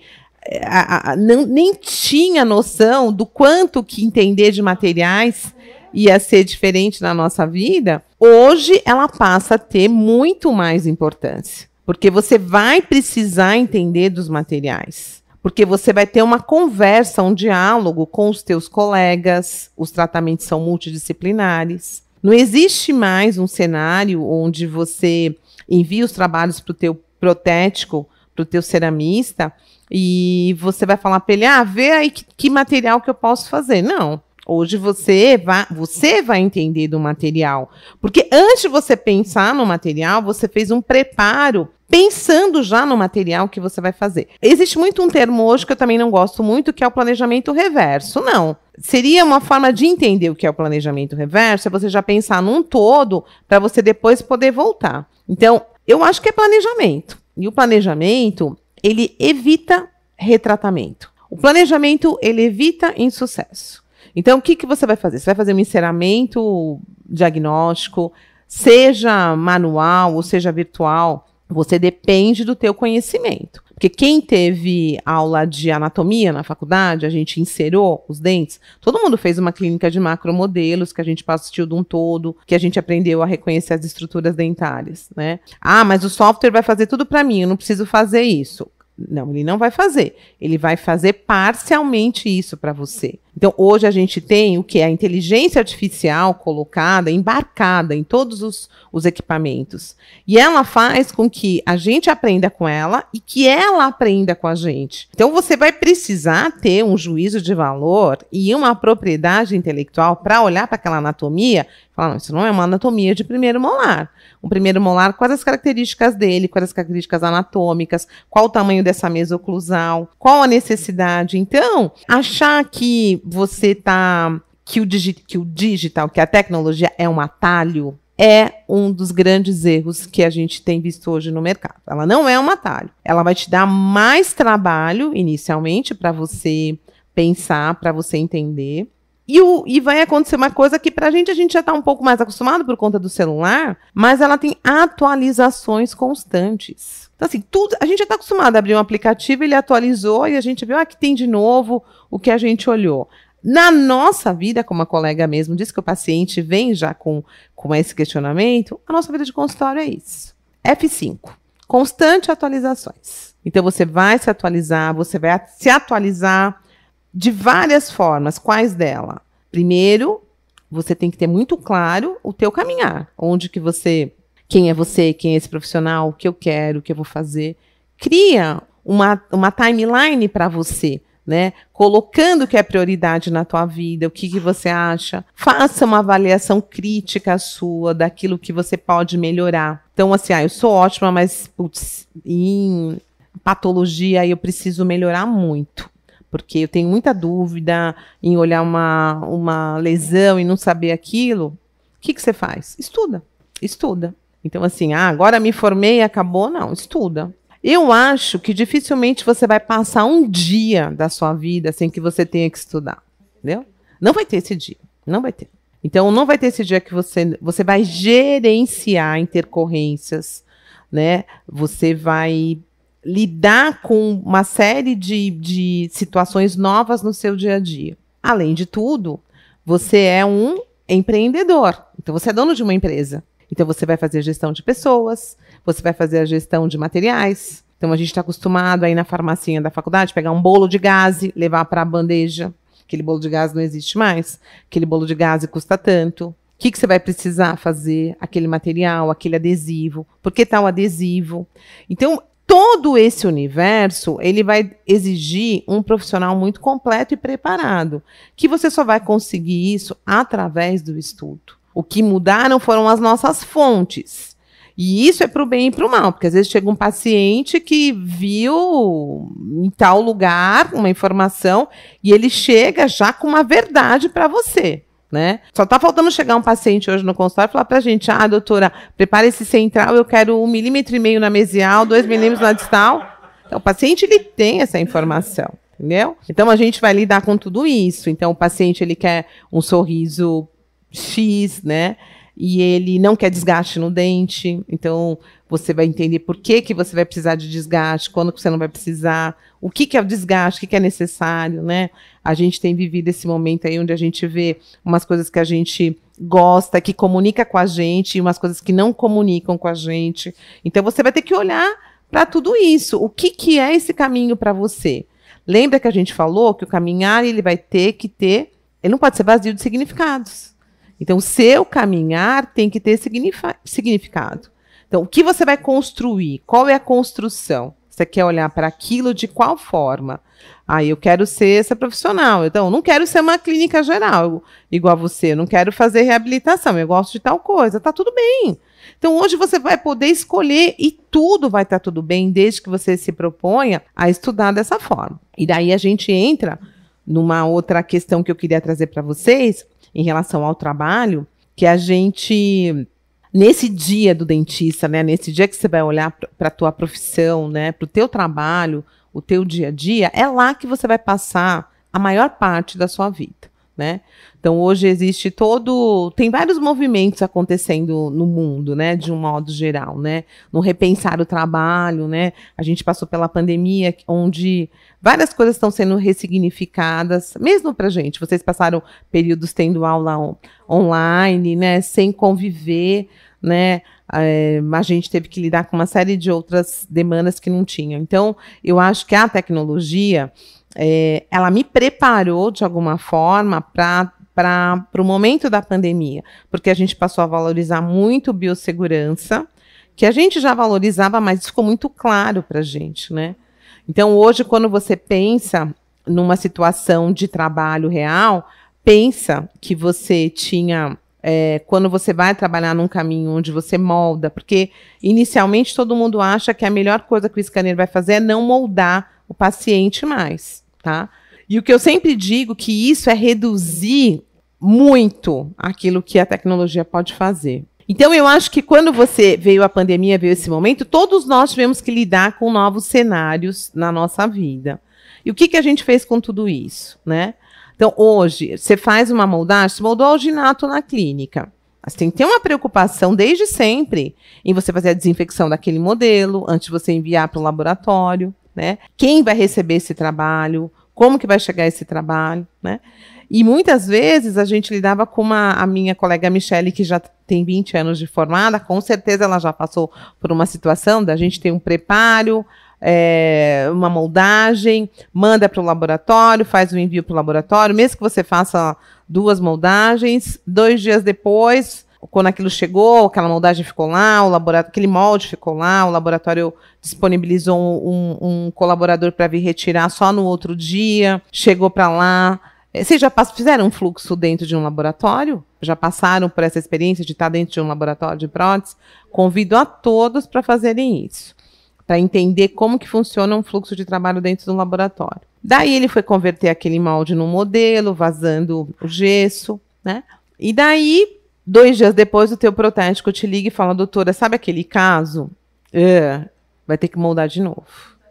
nem tinha noção do quanto que entender de materiais ia ser diferente na nossa vida, hoje ela passa a ter muito mais importância. Porque você vai precisar entender dos materiais. Porque você vai ter uma conversa, um diálogo com os teus colegas, os tratamentos são multidisciplinares. Não existe mais um cenário onde você envia os trabalhos para o teu protético, para o teu ceramista, e você vai falar para ele, vê aí que material que eu posso fazer. Não. Hoje você vai entender do material. Porque antes de você pensar no material, você fez um preparo pensando já no material que você vai fazer. Existe muito um termo hoje que eu também não gosto muito, que é o planejamento reverso. Não. Seria uma forma de entender o que é o planejamento reverso, é você já pensar num todo para você depois poder voltar. Então, eu acho que é planejamento. E o planejamento, ele evita retratamento. O planejamento, ele evita insucesso. Então, o que você vai fazer? Você vai fazer um enceramento diagnóstico, seja manual ou seja virtual, você depende do teu conhecimento. Porque quem teve aula de anatomia na faculdade, a gente inserou os dentes, todo mundo fez uma clínica de macromodelos, que a gente assistiu de um todo, que a gente aprendeu a reconhecer as estruturas dentárias, né? Ah, mas o software vai fazer tudo para mim, eu não preciso fazer isso. Não, ele não vai fazer. Ele vai fazer parcialmente isso para você. Então, hoje a gente tem o que? A inteligência artificial colocada, embarcada em todos os equipamentos. E ela faz com que a gente aprenda com ela e que ela aprenda com a gente. Então, você vai precisar ter um juízo de valor e uma propriedade intelectual para olhar para aquela anatomia e falar, não, isso não é uma anatomia de primeiro molar. O primeiro molar, quais as características dele, quais as características anatômicas, qual o tamanho dessa mesa oclusal, qual a necessidade. Então, achar que que o digital, que a tecnologia é um atalho, é um dos grandes erros que a gente tem visto hoje no mercado. Ela não é um atalho. Ela vai te dar mais trabalho, inicialmente, para você pensar, para você entender. E vai acontecer uma coisa que a gente já está um pouco mais acostumado por conta do celular, mas ela tem atualizações constantes. Então, assim, a gente já está acostumado a abrir um aplicativo, ele atualizou e a gente viu que tem de novo o que a gente olhou. Na nossa vida, como a colega mesmo disse que o paciente vem já com esse questionamento, a nossa vida de consultório é isso. F5, constante atualizações. Então, você vai se atualizar de várias formas. Quais dela? Primeiro, você tem que ter muito claro o teu caminhar. Quem é você, quem é esse profissional, o que eu quero, o que eu vou fazer. Cria uma timeline para você, né? Colocando o que é prioridade na tua vida, o que você acha. Faça uma avaliação crítica sua daquilo que você pode melhorar. Então, assim, eu sou ótima, mas em patologia eu preciso melhorar muito. Porque eu tenho muita dúvida em olhar uma lesão e não saber aquilo. O que você faz? Estuda. Então, assim, agora me formei e acabou? Não, estuda. Eu acho que dificilmente você vai passar um dia da sua vida sem que você tenha que estudar. Entendeu? Não vai ter esse dia. Não vai ter. Então, não vai ter esse dia que você vai gerenciar intercorrências, né? Você vai lidar com uma série de situações novas no seu dia a dia. Além de tudo, você é um empreendedor. Então, você é dono de uma empresa. Então, você vai fazer gestão de pessoas, você vai fazer a gestão de materiais. Então, a gente está acostumado aí na farmacinha da faculdade, pegar um bolo de gaze, levar para a bandeja. Aquele bolo de gaze não existe mais. Aquele bolo de gaze custa tanto. O que você vai precisar fazer? Aquele material, aquele adesivo. Por que tal adesivo? Então, todo esse universo, ele vai exigir um profissional muito completo e preparado, que você só vai conseguir isso através do estudo. O que mudaram foram as nossas fontes. E isso é para o bem e para o mal, porque às vezes chega um paciente que viu em tal lugar uma informação e ele chega já com uma verdade para você. Né? Só está faltando chegar um paciente hoje no consultório e falar para a gente, doutora, prepara esse central, eu quero 1,5 mm na mesial, 2 mm na distal. Então, o paciente, ele tem essa informação, entendeu? Então, a gente vai lidar com tudo isso. Então, o paciente, ele quer um sorriso X, né? E ele não quer desgaste no dente. Então, você vai entender por que você vai precisar de desgaste, quando que você não vai precisar, o que é o desgaste, o que é necessário, né? A gente tem vivido esse momento aí onde a gente vê umas coisas que a gente gosta, que comunica com a gente, e umas coisas que não comunicam com a gente. Então, você vai ter que olhar para tudo isso. O que é esse caminho para você? Lembra que a gente falou que o caminhar, ele vai ter que ter, ele não pode ser vazio de significados. Então, o seu caminhar tem que ter significado. Então, o que você vai construir? Qual é a construção? Você quer olhar para aquilo de qual forma? Eu quero ser essa profissional. Então, não quero ser uma clínica geral, igual a você. Eu não quero fazer reabilitação. Eu gosto de tal coisa. Tá tudo bem. Então, hoje você vai poder escolher e tudo vai estar tudo bem, desde que você se proponha a estudar dessa forma. E daí a gente entra numa outra questão que eu queria trazer para vocês, em relação ao trabalho, que a gente... Nesse dia do dentista, né, nesse dia que você vai olhar para a tua profissão, né, para o teu trabalho, o teu dia a dia, é lá que você vai passar a maior parte da sua vida, né? Então, hoje existe tem vários movimentos acontecendo no mundo, né, de um modo geral, né? No repensar o trabalho, né? A gente passou pela pandemia, onde várias coisas estão sendo ressignificadas, mesmo para a gente. Vocês passaram períodos tendo aula online, né, sem conviver, né? A gente teve que lidar com uma série de outras demandas que não tinham. Então, eu acho que a tecnologia, ela me preparou de alguma forma para o momento da pandemia, porque a gente passou a valorizar muito biossegurança, que a gente já valorizava, mas ficou muito claro para a gente, né? Então, hoje, quando você pensa numa situação de trabalho real, pensa que você tinha... quando você vai trabalhar num caminho onde você molda, porque inicialmente todo mundo acha que a melhor coisa que o scanner vai fazer é não moldar o paciente mais, tá? E o que eu sempre digo que isso é reduzir muito aquilo que a tecnologia pode fazer. Então, eu acho que quando veio a pandemia, veio esse momento, todos nós tivemos que lidar com novos cenários na nossa vida. E o que a gente fez com tudo isso, né? Então, hoje, você faz uma moldagem, você moldou alginato na clínica. Você tem que ter uma preocupação desde sempre em você fazer a desinfecção daquele modelo, antes de você enviar para o laboratório, né? Quem vai receber esse trabalho, como que vai chegar esse trabalho, né? E muitas vezes a gente lidava com a minha colega Michele, que já tem 20 anos de formada, com certeza ela já passou por uma situação da gente ter um preparo, uma moldagem, manda para o laboratório, faz o envio para o laboratório, mesmo que você faça 2 moldagens, 2 dias depois, quando aquilo chegou, aquela moldagem ficou lá, aquele molde ficou lá, o laboratório disponibilizou um colaborador para vir retirar só no outro dia, chegou para lá. Vocês já fizeram um fluxo dentro de um laboratório? Já passaram por essa experiência de estar dentro de um laboratório de prótese? Convido a todos para fazerem isso, para entender como que funciona um fluxo de trabalho dentro do laboratório. Daí ele foi converter aquele molde num modelo, vazando o gesso, né? E daí, 2 dias depois, o teu protético te liga e fala: doutora, sabe aquele caso? Vai ter que moldar de novo.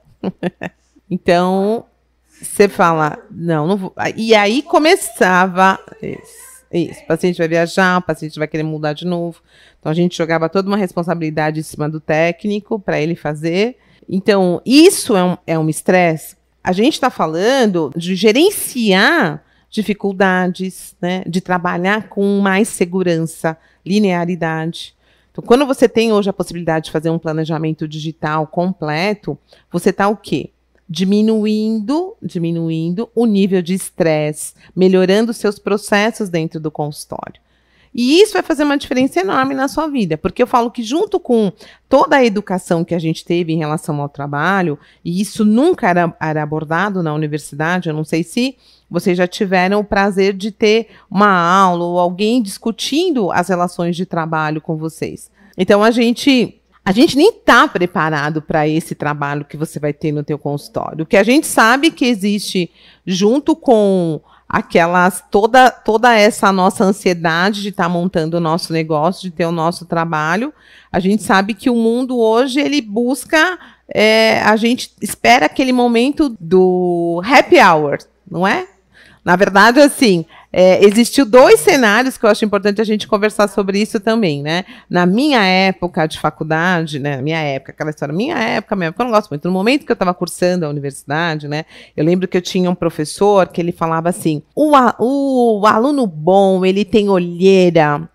Então, você fala, não vou. E aí começava isso. O paciente vai viajar, o paciente vai querer mudar de novo. Então, a gente jogava toda uma responsabilidade em cima do técnico para ele fazer. Então, isso é um estresse. A gente está falando de gerenciar dificuldades, né, de trabalhar com mais segurança, linearidade. Então, quando você tem hoje a possibilidade de fazer um planejamento digital completo, você está o quê? Diminuindo o nível de estresse, melhorando os seus processos dentro do consultório. E isso vai fazer uma diferença enorme na sua vida, porque eu falo que junto com toda a educação que a gente teve em relação ao trabalho, e isso nunca era abordado na universidade, eu não sei se vocês já tiveram o prazer de ter uma aula ou alguém discutindo as relações de trabalho com vocês. Então, a gente nem está preparado para esse trabalho que você vai ter no teu consultório. O que a gente sabe que existe junto com toda essa nossa ansiedade de estar montando o nosso negócio, de ter o nosso trabalho, a gente sabe que o mundo hoje, ele busca, a gente espera aquele momento do happy hour, não é? Na verdade, assim, existiu 2 cenários que eu acho importante a gente conversar sobre isso também, né? Na minha época de faculdade, né? Aquela história, minha época, eu não gosto muito. No momento que eu estava cursando a universidade, né? Eu lembro que eu tinha um professor que ele falava assim: o aluno bom, ele tem olheira,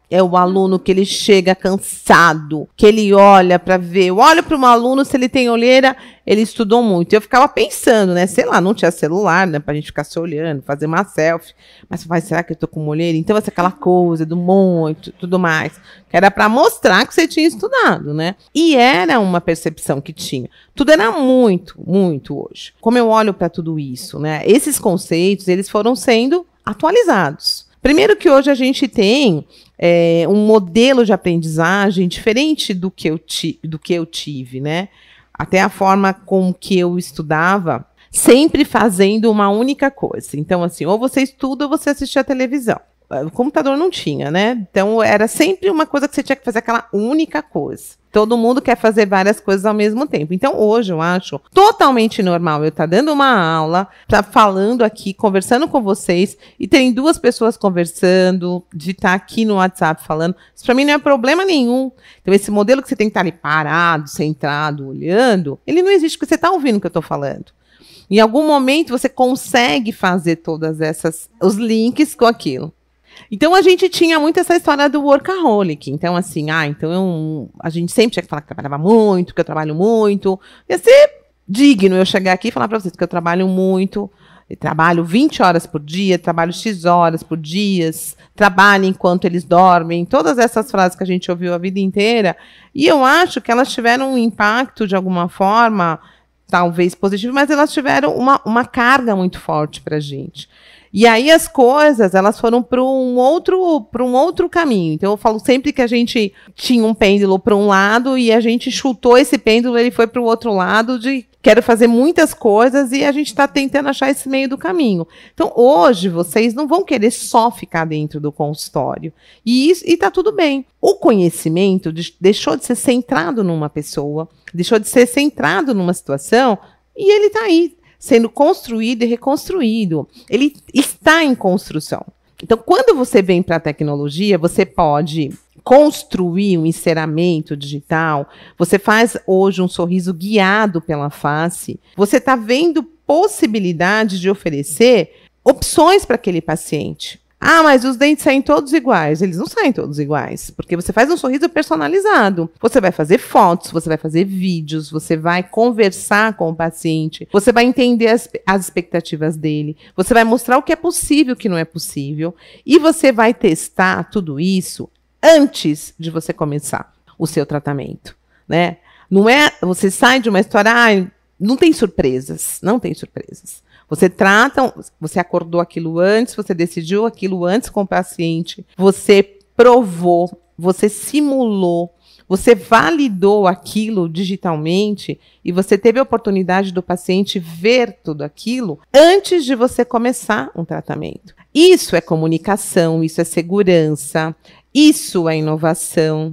é o aluno que ele chega cansado, que ele olha para ver. Eu olho para um aluno, se ele tem olheira, ele estudou muito. Eu ficava pensando, né? Sei lá, não tinha celular, né? Pra gente ficar se olhando, fazer uma selfie. Mas será que eu tô com olheira? Então vai ser aquela coisa do muito, tudo mais. Que era para mostrar que você tinha estudado, né? E era uma percepção que tinha. Tudo era muito, muito hoje. Como eu olho para tudo isso, né? Esses conceitos, eles foram sendo atualizados. Primeiro que hoje a gente tem um modelo de aprendizagem diferente do que eu tive, né? Até a forma com que eu estudava, sempre fazendo uma única coisa. Então, assim, ou você estuda ou você assiste a televisão. O computador não tinha, né? Então, era sempre uma coisa que você tinha que fazer aquela única coisa. Todo mundo quer fazer várias coisas ao mesmo tempo. Então, hoje, eu acho totalmente normal eu estar dando uma aula, falando aqui, conversando com vocês, e tem 2 pessoas conversando, de estar aqui no WhatsApp falando. Isso para mim não é problema nenhum. Então, esse modelo que você tem que estar ali parado, centrado, olhando, ele não existe, porque você está ouvindo o que eu estou falando. Em algum momento, você consegue fazer todas os links com aquilo. Então, a gente tinha muito essa história do workaholic. Então, assim, a gente sempre tinha que falar que trabalhava muito, que eu trabalho muito. Ia ser digno eu chegar aqui e falar para vocês que eu trabalho muito. Eu trabalho 20 horas por dia, trabalho X horas por dia, trabalho enquanto eles dormem. Todas essas frases que a gente ouviu a vida inteira. E eu acho que elas tiveram um impacto, de alguma forma, talvez positivo, mas elas tiveram uma carga muito forte para a gente. E aí as coisas, elas foram para um outro caminho. Então eu falo sempre que a gente tinha um pêndulo para um lado e a gente chutou esse pêndulo, ele foi para o outro lado de quero fazer muitas coisas e a gente está tentando achar esse meio do caminho. Então hoje vocês não vão querer só ficar dentro do consultório. E está tudo bem. O conhecimento deixou de ser centrado numa pessoa, deixou de ser centrado numa situação e ele está aí, sendo construído e reconstruído. Ele está em construção. Então, quando você vem para a tecnologia, você pode construir um enceramento digital, você faz hoje um sorriso guiado pela face, você está vendo possibilidade de oferecer opções para aquele paciente. Ah, mas os dentes saem todos iguais. Eles não saem todos iguais, porque você faz um sorriso personalizado. Você vai fazer fotos, você vai fazer vídeos, você vai conversar com o paciente, você vai entender as expectativas dele, você vai mostrar o que é possível e o que não é possível, e você vai testar tudo isso antes de você começar o seu tratamento, né? Não é, você sai de uma história, não tem surpresas, não tem surpresas. Você trata, você acordou aquilo antes, você decidiu aquilo antes com o paciente, você provou, você simulou, você validou aquilo digitalmente e você teve a oportunidade do paciente ver tudo aquilo antes de você começar um tratamento. Isso é comunicação, isso é segurança, isso é inovação,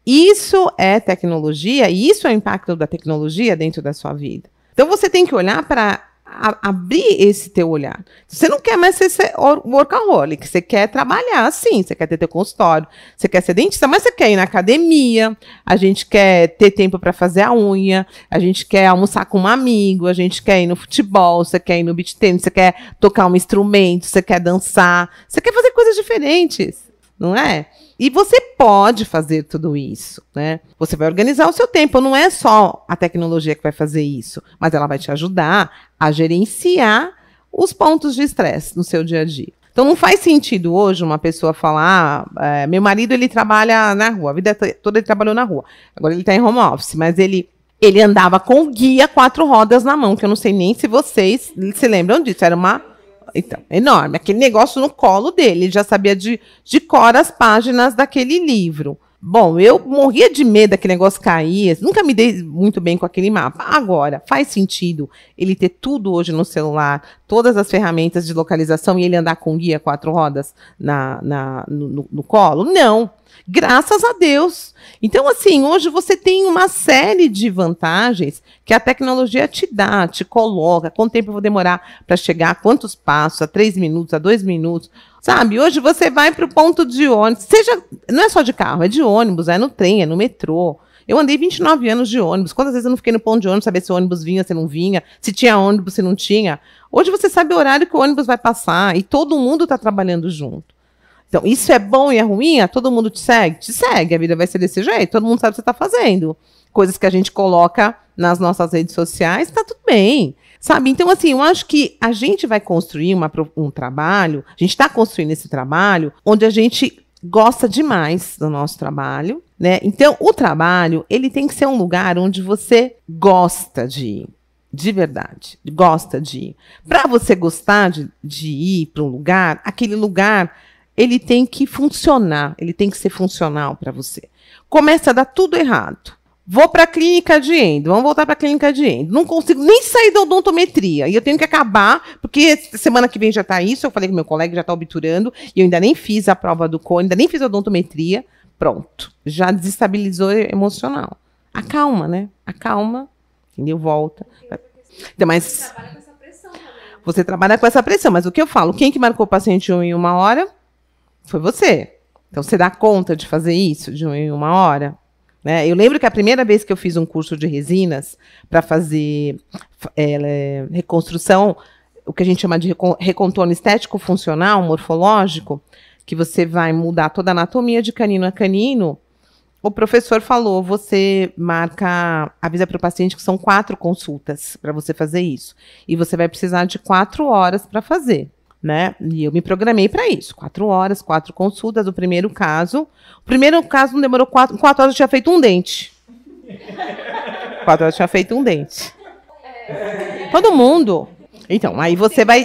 isso é tecnologia e isso é o impacto da tecnologia dentro da sua vida. Então você tem que olhar para abrir esse teu olhar. Você não quer mais ser workaholic, você quer trabalhar sim, você quer ter teu consultório, você quer ser dentista, mas você quer ir na academia, a gente quer ter tempo para fazer a unha, a gente quer almoçar com um amigo, a gente quer ir no futebol, você quer ir no beach tennis, você quer tocar um instrumento, você quer dançar, você quer fazer coisas diferentes, não é? E você pode fazer tudo isso, né? Você vai organizar o seu tempo, não é só a tecnologia que vai fazer isso, mas ela vai te ajudar a gerenciar os pontos de estresse no seu dia a dia. Então não faz sentido hoje uma pessoa falar, meu marido ele trabalha na rua, a vida toda ele trabalhou na rua, agora ele está em home office, mas ele andava com guia 4 rodas na mão, que eu não sei nem se vocês se lembram disso, era uma... Então, enorme. Aquele negócio no colo dele. Ele já sabia de cor as páginas daquele livro. Bom, eu morria de medo daquele negócio cair. Nunca me dei muito bem com aquele mapa. Agora, faz sentido ele ter tudo hoje no celular, todas as ferramentas de localização e ele andar com guia 4 rodas no colo? Não. Graças a Deus. Então, assim, hoje você tem uma série de vantagens que a tecnologia te dá, te coloca. Quanto tempo eu vou demorar para chegar? Quantos passos? A 3 minutos? A 2 minutos? Sabe? Hoje você vai para o ponto de ônibus. Não é só de carro, é de ônibus, é no trem, é no metrô. Eu andei 29 anos de ônibus. Quantas vezes eu não fiquei no ponto de ônibus, saber se o ônibus vinha, se não vinha, se tinha ônibus, se não tinha. Hoje você sabe o horário que o ônibus vai passar e todo mundo está trabalhando junto. Então, isso é bom e é ruim? Todo mundo te segue? Te segue, a vida vai ser desse jeito, todo mundo sabe o que você está fazendo. Coisas que a gente coloca nas nossas redes sociais, tá tudo bem. Sabe? Então, assim, eu acho que a gente vai construir um trabalho, a gente está construindo esse trabalho, onde a gente gosta demais do nosso trabalho, né? Então, o trabalho, ele tem que ser um lugar onde você gosta de ir. De verdade, gosta de ir. Para você gostar de ir para um lugar, aquele lugar, ele tem que funcionar, ele tem que ser funcional para você. Começa a dar tudo errado. Vou para a clínica de endo, vamos voltar para a clínica de endo. Não consigo nem sair da odontometria. E eu tenho que acabar, porque semana que vem já está isso. Eu falei que meu colega já está obturando, e eu ainda nem fiz a prova do cone, ainda nem fiz a odontometria. Pronto, já desestabilizou emocional. Acalma, né? Acalma, entendeu? Volta. Então, mas você trabalha com essa pressão, mas o que eu falo? Quem que marcou o paciente em 1 hora? Foi você. Então, você dá conta de fazer isso de 1 hora? Né? Eu lembro que a primeira vez que eu fiz um curso de resinas para fazer reconstrução, o que a gente chama de recontorno estético funcional, morfológico, que você vai mudar toda a anatomia de canino a canino, o professor falou, você avisa para o paciente que são 4 consultas para você fazer isso. E você vai precisar de 4 horas para fazer. Né? E eu me programei para isso. 4 horas, 4 consultas. O primeiro caso não demorou 4 horas, eu tinha feito um dente. 4 horas eu tinha feito um dente. Todo mundo. Então, aí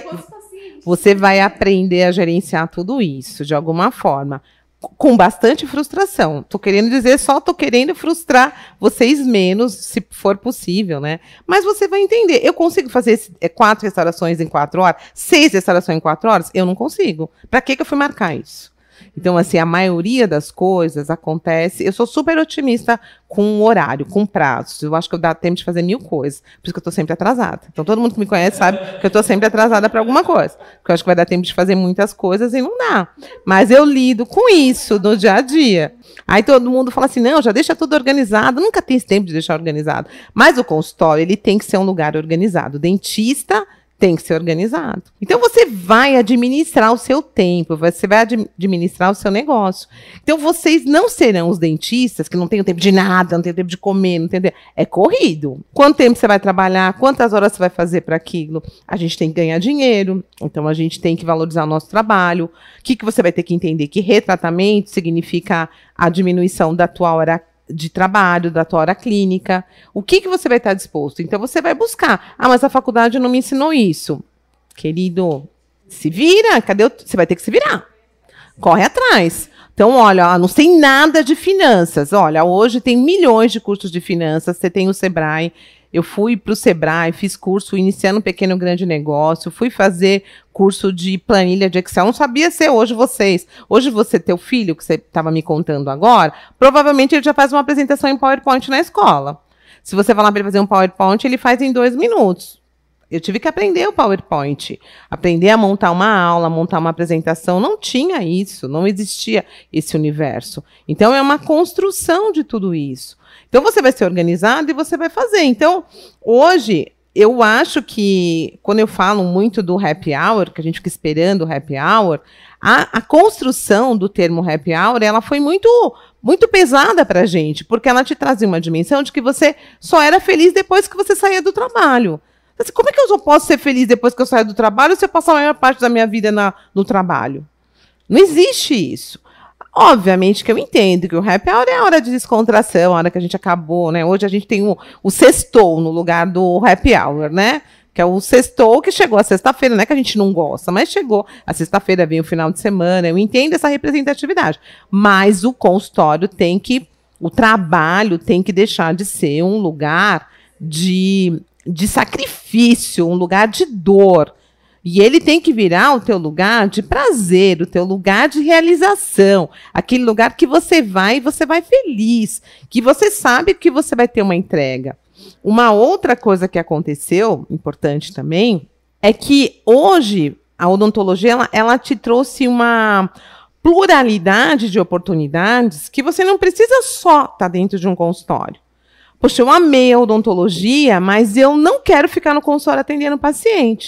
você vai aprender a gerenciar tudo isso de alguma forma. Com bastante frustração. Tô querendo frustrar vocês menos, se for possível, né? Mas você vai entender. Eu consigo fazer 4 restaurações em 4 horas? 6 restaurações em 4 horas? Eu não consigo. Para que eu fui marcar isso? Então, assim, a maioria das coisas acontece... Eu sou super otimista com horário, com prazos. Eu acho que eu dá tempo de fazer 1000 coisas. Por isso que eu estou sempre atrasada. Então, todo mundo que me conhece sabe que eu estou sempre atrasada para alguma coisa. Porque eu acho que vai dar tempo de fazer muitas coisas e não dá. Mas eu lido com isso no dia a dia. Aí todo mundo fala assim, não, já deixa tudo organizado. Nunca tem esse tempo de deixar organizado. Mas o consultório, ele tem que ser um lugar organizado. O dentista tem que ser organizado. Então, você vai administrar o seu tempo, você vai administrar o seu negócio. Então, vocês não serão os dentistas que não têm tempo de nada, não têm tempo de comer, não tem tempo. É corrido. Quanto tempo você vai trabalhar? Quantas horas você vai fazer para aquilo? A gente tem que ganhar dinheiro, então a gente tem que valorizar o nosso trabalho. O que você vai ter que entender? Que retratamento significa a diminuição da tua hora de trabalho, da tua hora clínica. O que você vai estar disposto? Então, você vai buscar. Ah, mas a faculdade não me ensinou isso. Querido, se vira. Você vai ter que se virar. Corre atrás. Então, olha, não sei nada de finanças. Olha, hoje tem milhões de cursos de finanças. Você tem o Sebrae. Eu fui para o Sebrae, fiz curso iniciando um pequeno grande negócio, fui fazer curso de planilha de Excel. Não sabia ser hoje vocês. Hoje você, teu filho, que você estava me contando agora, provavelmente ele já faz uma apresentação em PowerPoint na escola. Se você falar para ele fazer um PowerPoint, ele faz em 2 minutos. Eu tive que aprender o PowerPoint, aprender a montar uma aula, montar uma apresentação. Não tinha isso, não existia esse universo. Então, é uma construção de tudo isso. Então, você vai ser organizado e você vai fazer. Então, hoje, eu acho que, quando eu falo muito do happy hour, que a gente fica esperando o happy hour, a construção do termo happy hour, ela foi muito pesada para a gente, porque ela te trazia uma dimensão de que você só era feliz depois que você saía do trabalho. Como é que eu só posso ser feliz depois que eu saio do trabalho se eu passar a maior parte da minha vida no trabalho? Não existe isso. Obviamente que eu entendo que o happy hour é a hora de descontração, a hora que a gente acabou, né? Hoje a gente tem o sextou no lugar do happy hour, né? Que é o sextou que chegou a sexta-feira, não é que a gente não gosta, mas chegou. A sexta-feira vem o final de semana, eu entendo essa representatividade. Mas o consultório o trabalho tem que deixar de ser um lugar de sacrifício, um lugar de dor. E ele tem que virar o teu lugar de prazer, o teu lugar de realização, aquele lugar que você vai e você vai feliz, que você sabe que você vai ter uma entrega. Uma outra coisa que aconteceu, importante também, é que hoje a odontologia ela te trouxe uma pluralidade de oportunidades que você não precisa só estar dentro de um consultório. Poxa, eu amei a odontologia, mas eu não quero ficar no consultório atendendo paciente.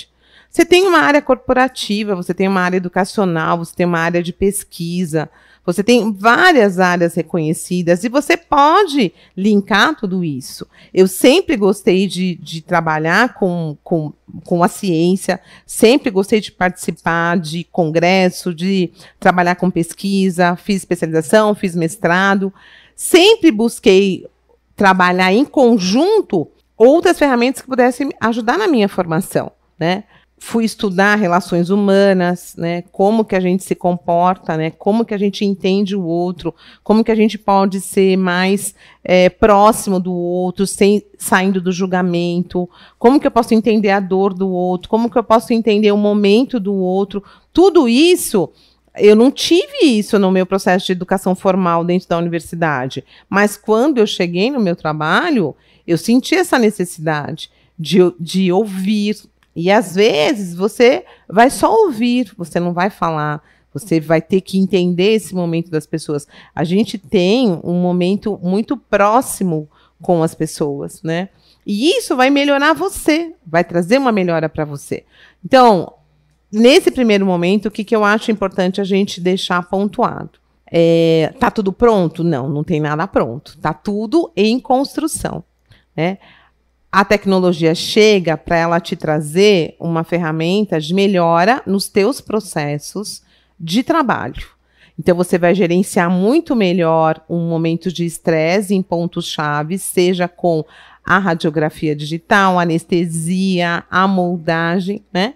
Você tem uma área corporativa, você tem uma área educacional, você tem uma área de pesquisa, você tem várias áreas reconhecidas e você pode linkar tudo isso. Eu sempre gostei de trabalhar com a ciência, sempre gostei de participar de congresso, de trabalhar com pesquisa, fiz especialização, fiz mestrado, sempre busquei trabalhar em conjunto outras ferramentas que pudessem ajudar na minha formação, né? Fui estudar relações humanas, né? Como que a gente se comporta, né? Como que a gente entende o outro, como que a gente pode ser mais próximo do outro, saindo do julgamento, como que eu posso entender a dor do outro, como que eu posso entender o momento do outro. Tudo isso, eu não tive isso no meu processo de educação formal dentro da universidade, mas quando eu cheguei no meu trabalho, eu senti essa necessidade de ouvir. E às vezes você vai só ouvir, você não vai falar, você vai ter que entender esse momento das pessoas. A gente tem um momento muito próximo com as pessoas, né? E isso vai melhorar você, vai trazer uma melhora para você. Então, nesse primeiro momento, o que eu acho importante a gente deixar pontuado? Tá tudo pronto? Não, não tem nada pronto. Tá tudo em construção, né? A tecnologia chega para ela te trazer uma ferramenta de melhora nos teus processos de trabalho. Então, você vai gerenciar muito melhor um momento de estresse em pontos-chave, seja com a radiografia digital, a anestesia, a moldagem, né?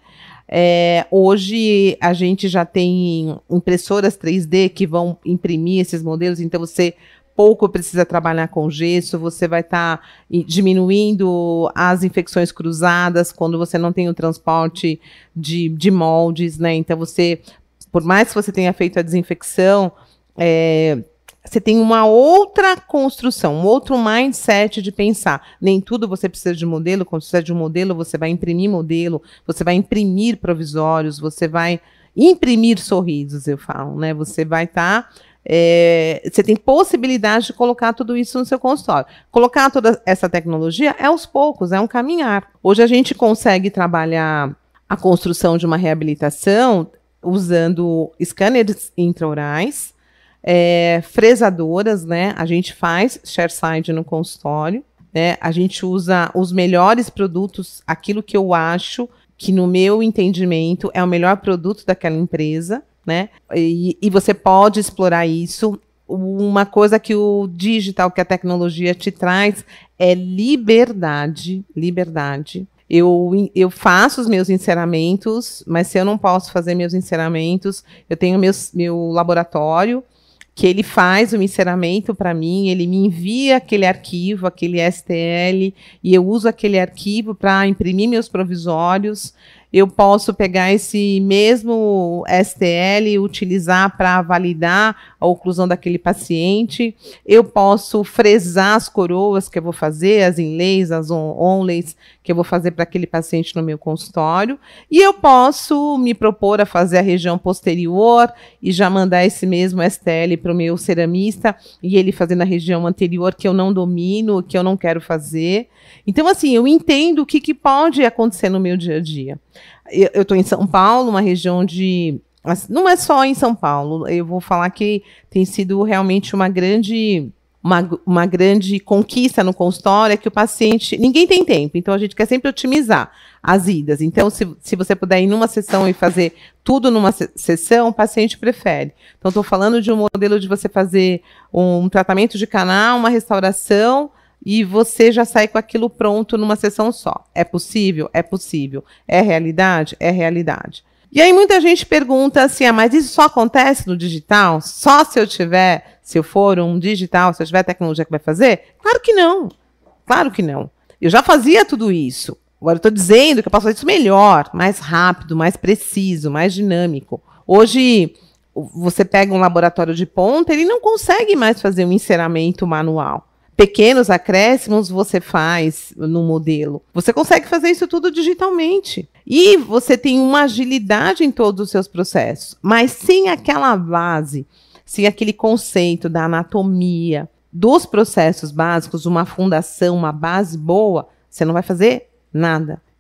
Hoje, a gente já tem impressoras 3D que vão imprimir esses modelos, então você pouco precisa trabalhar com gesso, você vai estar diminuindo as infecções cruzadas quando você não tem o transporte de moldes, né? Então, por mais que você tenha feito a desinfecção, você tem uma outra construção, um outro mindset de pensar. Nem tudo você precisa de modelo, quando você precisa de um modelo, você vai imprimir modelo, você vai imprimir provisórios, você vai imprimir sorrisos, eu falo, né? Você vai estar... você tem possibilidade de colocar tudo isso no seu consultório. Colocar toda essa tecnologia é aos poucos, é um caminhar. Hoje a gente consegue trabalhar a construção de uma reabilitação usando scanners intraorais, fresadoras, né? A gente faz chairside no consultório, né? A gente usa os melhores produtos, aquilo que eu acho que no meu entendimento é o melhor produto daquela empresa, né? E você pode explorar isso. Uma coisa que o digital, que a tecnologia te traz, é liberdade. Liberdade. Eu faço os meus enceramentos, mas se eu não posso fazer meus enceramentos, eu tenho meu laboratório, que ele faz o enceramento para mim, ele me envia aquele arquivo, aquele STL, e eu uso aquele arquivo para imprimir meus provisórios. Eu posso pegar esse mesmo STL e utilizar para validar a oclusão daquele paciente. Eu posso fresar as coroas que eu vou fazer, as inlays, as onlays que eu vou fazer para aquele paciente no meu consultório. E eu posso me propor a fazer a região posterior e já mandar esse mesmo STL para o meu ceramista e ele fazer na região anterior que eu não domino, que eu não quero fazer. Então, assim, eu entendo o que pode acontecer no meu dia a dia. Eu estou em São Paulo, uma região de... Não é só em São Paulo, eu vou falar que tem sido realmente uma grande conquista no consultório, é que o paciente... Ninguém tem tempo, então a gente quer sempre otimizar as idas. Então, se você puder ir numa sessão e fazer tudo numa sessão, o paciente prefere. Então, estou falando de um modelo de você fazer um tratamento de canal, uma restauração... E você já sai com aquilo pronto numa sessão só. É possível? É possível. É realidade? É realidade. E aí muita gente pergunta assim, mas isso só acontece no digital? Só se eu for um digital, se eu tiver tecnologia que vai fazer? Claro que não. Claro que não. Eu já fazia tudo isso. Agora eu estou dizendo que eu posso fazer isso melhor, mais rápido, mais preciso, mais dinâmico. Hoje, você pega um laboratório de ponta, ele não consegue mais fazer um enceramento manual. Pequenos acréscimos você faz no modelo. Você consegue fazer isso tudo digitalmente. E você tem uma agilidade em todos os seus processos. Mas sem aquela base, sem aquele conceito da anatomia, dos processos básicos, uma fundação, uma base boa, você não vai fazer nada.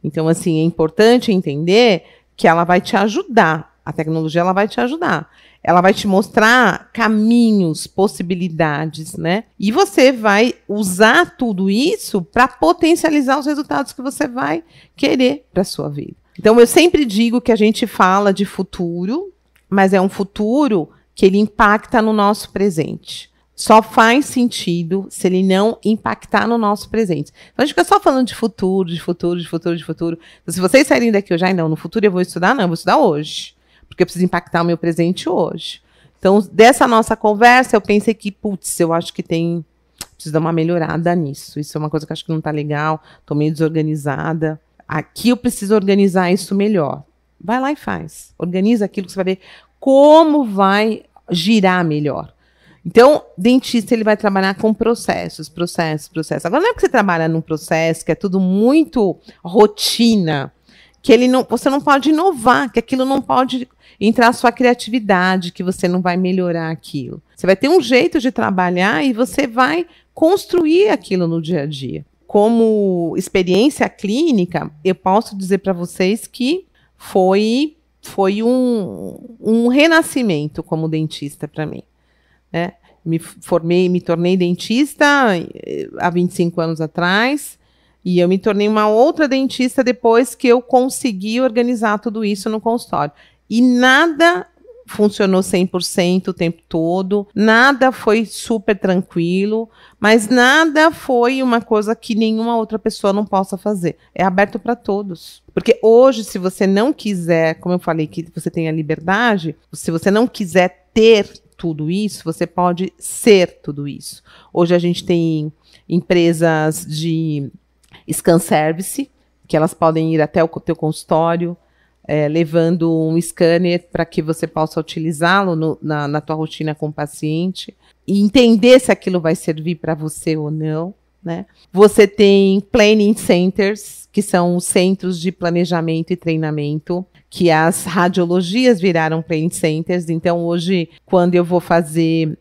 Então, assim, é importante entender que ela vai te ajudar. A tecnologia, ela vai te ajudar. Ela vai te mostrar caminhos, possibilidades, né? E você vai usar tudo isso para potencializar os resultados que você vai querer para a sua vida. Então, eu sempre digo que a gente fala de futuro, mas é um futuro que ele impacta no nosso presente. Só faz sentido se ele não impactar no nosso presente. Então, a gente fica só falando de futuro, de futuro, de futuro, de futuro. Então, se vocês saírem daqui hoje, não, no futuro eu vou estudar, não, eu vou estudar hoje. Porque eu preciso impactar o meu presente hoje. Então, dessa nossa conversa, eu pensei que, eu acho que preciso dar uma melhorada nisso. Isso é uma coisa que eu acho que não está legal, estou meio desorganizada. Aqui eu preciso organizar isso melhor. Vai lá e faz. Organiza aquilo que você vai ver como vai girar melhor. Então, dentista, ele vai trabalhar com processos. Agora, não é que você trabalha num processo que é tudo muito rotina, que você não pode inovar, que aquilo não pode entrar a sua criatividade, que você não vai melhorar aquilo. Você vai ter um jeito de trabalhar e você vai construir aquilo no dia a dia. Como experiência clínica, eu posso dizer para vocês que foi um renascimento como dentista para mim. Né? Me tornei dentista há 25 anos atrás e eu me tornei uma outra dentista depois que eu consegui organizar tudo isso no consultório. E nada funcionou 100% o tempo todo, nada foi super tranquilo, mas nada foi uma coisa que nenhuma outra pessoa não possa fazer. É aberto para todos. Porque hoje, se você não quiser, como eu falei, que você tem a liberdade, se você não quiser ter tudo isso, você pode ser tudo isso. Hoje a gente tem empresas de scan service, que elas podem ir até o teu consultório, levando um scanner para que você possa utilizá-lo na tua rotina com o paciente e entender se aquilo vai servir para você ou não, né? Você tem planning centers, que são os centros de planejamento e treinamento, que as radiologias viraram planning centers. Então, hoje, quando eu vou fazer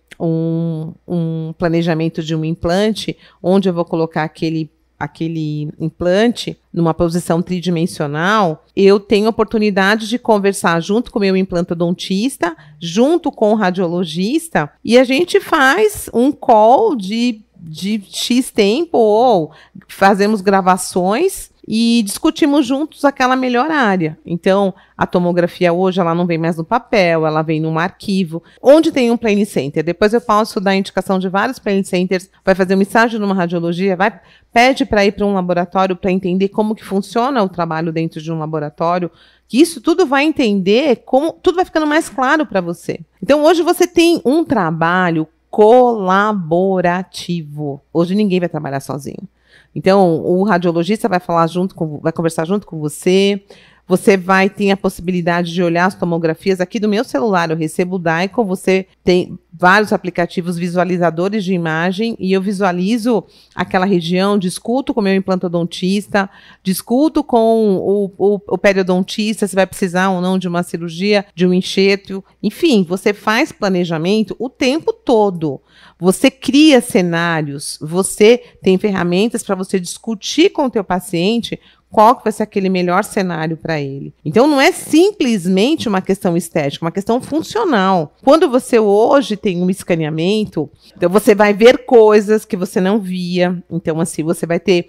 um planejamento de um implante, onde eu vou colocar aquele implante numa posição tridimensional, eu tenho a oportunidade de conversar junto com o meu implantodontista, junto com o radiologista, e a gente faz um call de X tempo, ou fazemos gravações e discutimos juntos aquela melhor área. Então, a tomografia hoje, ela não vem mais no papel, ela vem num arquivo, onde tem um planning center. Depois eu posso dar indicação de vários planning centers, vai fazer um estágio numa radiologia, pede para ir para um laboratório para entender como que funciona o trabalho dentro de um laboratório, que isso tudo vai entender, tudo vai ficando mais claro para você. Então, hoje você tem um trabalho colaborativo. Hoje ninguém vai trabalhar sozinho. Então, o radiologista vai conversar junto com você. Você vai ter a possibilidade de olhar as tomografias. Aqui do meu celular eu recebo o Daikon, você tem vários aplicativos visualizadores de imagem e eu visualizo aquela região, discuto com o meu implantodontista, discuto com o periodontista se vai precisar ou não de uma cirurgia, de um enxerto. Enfim, você faz planejamento o tempo todo. Você cria cenários, você tem ferramentas para você discutir com o teu paciente qual que vai ser aquele melhor cenário para ele. Então, não é simplesmente uma questão estética, uma questão funcional. Quando você hoje tem um escaneamento, então você vai ver coisas que você não via. Então, assim, você vai ter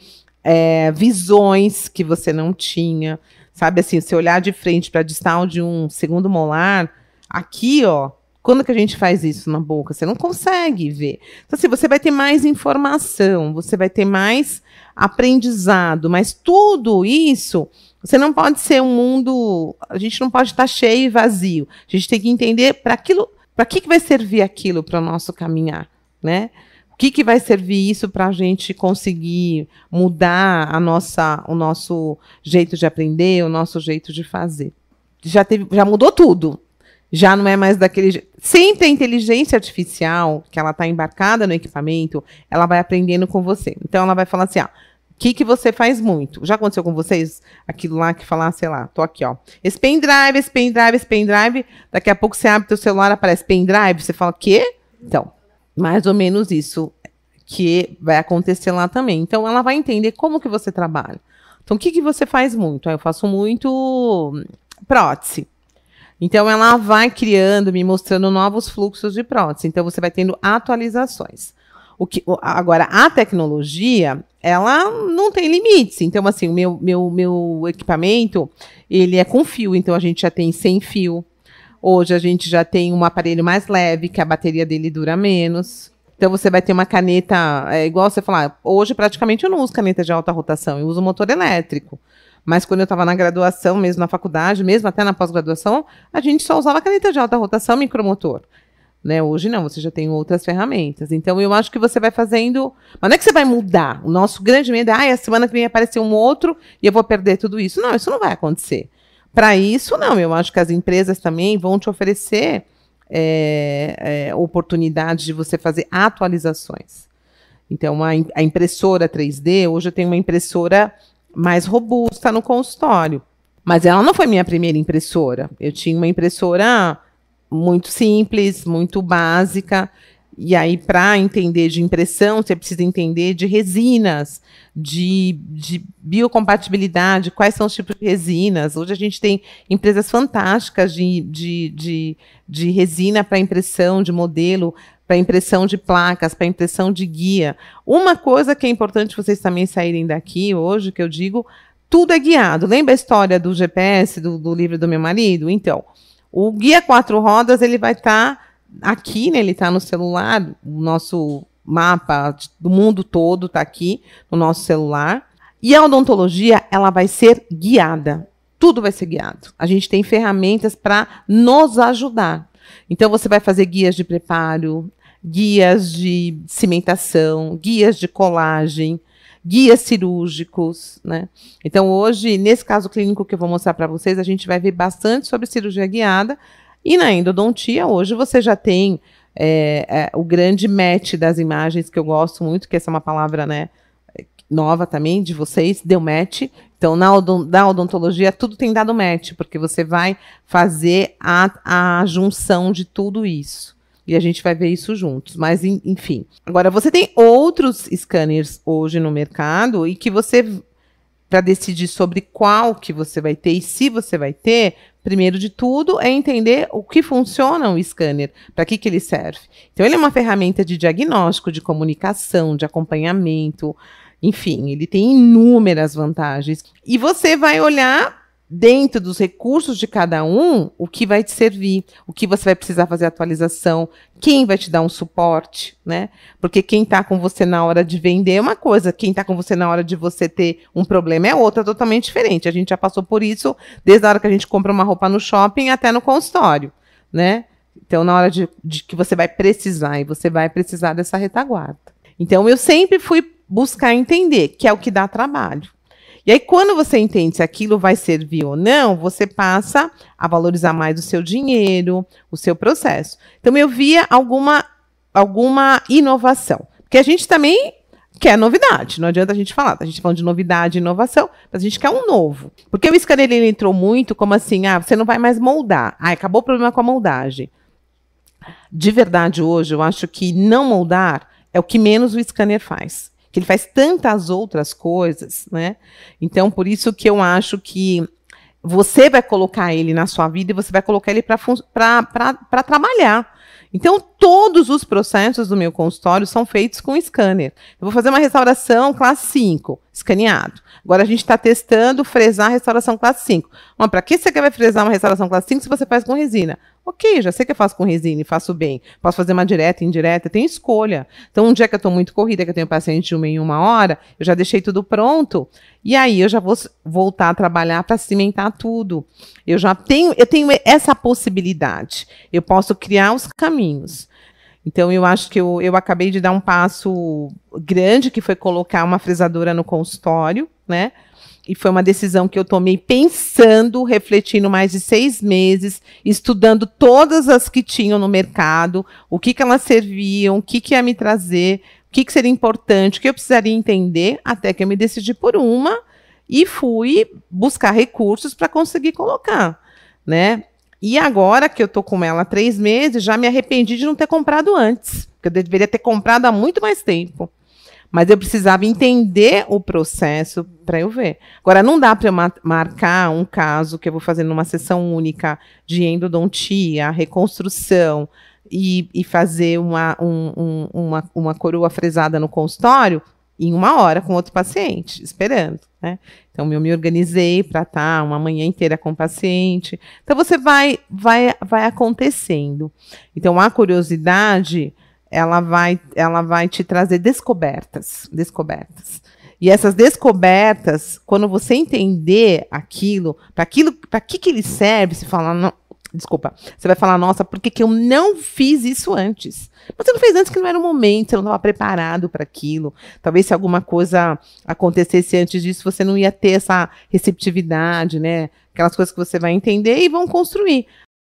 visões que você não tinha. Sabe, assim, se olhar de frente para a distal de um segundo molar, aqui, ó, quando que a gente faz isso na boca? Você não consegue ver. Então, assim, você vai ter mais informação, você vai ter mais aprendizado, mas tudo isso, você não pode ser um mundo, a gente não pode estar cheio e vazio. A gente tem que entender para que vai servir aquilo para o nosso caminhar, né? O que vai servir isso para a gente conseguir mudar o nosso jeito de aprender, o nosso jeito de fazer. Já mudou tudo. Já não é mais daquele jeito. Sempre a inteligência artificial, que ela está embarcada no equipamento, ela vai aprendendo com você. Então, ela vai falar assim, o que você faz muito? Já aconteceu com vocês? Aquilo lá que falar, sei lá, tô aqui, ó. Esse pendrive, daqui a pouco você abre teu celular, aparece pendrive, você fala, quê? Então, mais ou menos isso que vai acontecer lá também. Então, ela vai entender como que você trabalha. Então, o que você faz muito? Eu faço muito prótese. Então, ela vai criando, me mostrando novos fluxos de prótese. Então, você vai tendo atualizações. Agora, a tecnologia, ela não tem limites. Então, assim, o meu equipamento, ele é com fio. Então, a gente já tem sem fio. Hoje, a gente já tem um aparelho mais leve, que a bateria dele dura menos. Então, você vai ter uma caneta, igual você falar, hoje, praticamente, eu não uso caneta de alta rotação. Eu uso motor elétrico. Mas quando eu estava na graduação, mesmo na faculdade, mesmo até na pós-graduação, a gente só usava caneta de alta rotação, micromotor. Né? Hoje não, você já tem outras ferramentas. Então, eu acho que você vai fazendo... Mas não é que você vai mudar. O nosso grande medo é, a semana que vem aparecer um outro e eu vou perder tudo isso. Não, isso não vai acontecer. Para isso, não. Eu acho que as empresas também vão te oferecer oportunidade de você fazer atualizações. Então, a impressora 3D, hoje eu tenho uma impressora mais robusta no consultório. Mas ela não foi minha primeira impressora. Eu tinha uma impressora muito simples, muito básica. E aí, para entender de impressão, você precisa entender de resinas, de biocompatibilidade, quais são os tipos de resinas. Hoje a gente tem empresas fantásticas de resina para impressão de modelo, para impressão de placas, para impressão de guia. Uma coisa que é importante vocês também saírem daqui hoje, que eu digo, tudo é guiado. Lembra a história do GPS, do livro do meu marido? Então, o guia 4 rodas, ele vai estar aqui, né? Ele está no celular, o nosso mapa do mundo todo está aqui no nosso celular. E a odontologia, ela vai ser guiada. Tudo vai ser guiado. A gente tem ferramentas para nos ajudar. Então, você vai fazer guias de preparo, guias de cimentação, guias de colagem, guias cirúrgicos, né? Então, hoje, nesse caso clínico que eu vou mostrar para vocês, a gente vai ver bastante sobre cirurgia guiada. E na endodontia, hoje, você já tem o grande match das imagens, que eu gosto muito, que essa é uma palavra, né, nova também de vocês, deu match. Então, na odontologia, tudo tem dado match, porque você vai fazer a junção de tudo isso. E a gente vai ver isso juntos. Mas, enfim. Agora, você tem outros scanners hoje no mercado e que você, para decidir sobre qual que você vai ter e se você vai ter, primeiro de tudo é entender o que funciona o scanner, para que ele serve. Então, ele é uma ferramenta de diagnóstico, de comunicação, de acompanhamento. Enfim, ele tem inúmeras vantagens. E você vai olhar, dentro dos recursos de cada um, o que vai te servir, o que você vai precisar fazer atualização, quem vai te dar um suporte, né? Porque quem está com você na hora de vender é uma coisa, quem está com você na hora de você ter um problema é outra, totalmente diferente. A gente já passou por isso desde a hora que a gente compra uma roupa no shopping até no consultório, né? Então, na hora de que você vai precisar, e você vai precisar dessa retaguarda. Então, eu sempre fui buscar entender, que é o que dá trabalho. E aí, quando você entende se aquilo vai servir ou não, você passa a valorizar mais o seu dinheiro, o seu processo. Então, eu via alguma inovação. Porque a gente também quer novidade. Não adianta a gente falar. A gente falando de novidade e inovação, mas a gente quer um novo. Porque o scanner, ele entrou muito como assim, você não vai mais moldar. Acabou o problema com a moldagem. De verdade, hoje, eu acho que não moldar é o que menos o scanner faz. Que ele faz tantas outras coisas, né? Então, por isso que eu acho que você vai colocar ele na sua vida e você vai colocar ele para trabalhar. Então, todos os processos do meu consultório são feitos com scanner. Eu vou fazer uma restauração classe 5, escaneado. Agora, a gente está testando fresar a restauração classe 5. Mas para que você quer fresar uma restauração classe 5 se você faz com resina? Ok, já sei que eu faço com resina e faço bem. Posso fazer uma direta, indireta, tem escolha. Então, um dia que eu estou muito corrida, que eu tenho paciente de 1 hora, eu já deixei tudo pronto. E aí, eu já vou voltar a trabalhar para cimentar tudo. Eu tenho essa possibilidade. Eu posso criar os caminhos. Então, eu acho que eu acabei de dar um passo grande, que foi colocar uma fresadora no consultório, né? E foi uma decisão que eu tomei pensando, refletindo mais de 6 meses, estudando todas as que tinham no mercado, o que elas serviam, o que ia me trazer, o que seria importante, o que eu precisaria entender, até que eu me decidi por uma e fui buscar recursos para conseguir colocar, né? E agora que eu tô com ela há 3 meses, já me arrependi de não ter comprado antes, porque eu deveria ter comprado há muito mais tempo. Mas eu precisava entender o processo para eu ver. Agora, não dá para eu marcar um caso que eu vou fazer numa sessão única de endodontia, reconstrução, e fazer uma coroa fresada no consultório em 1 hora com outro paciente, esperando, né? Então, eu me organizei para estar uma manhã inteira com o paciente. Então, você vai acontecendo. Então, a curiosidade, ela vai te trazer descobertas. E essas descobertas, quando você entender aquilo, para que ele serve, você fala, não, desculpa, você vai falar, nossa, por que eu não fiz isso antes? Você não fez antes que não era o momento, você não estava preparado para aquilo. Talvez se alguma coisa acontecesse antes disso, você não ia ter essa receptividade, né? Aquelas coisas que você vai entender e vão construir.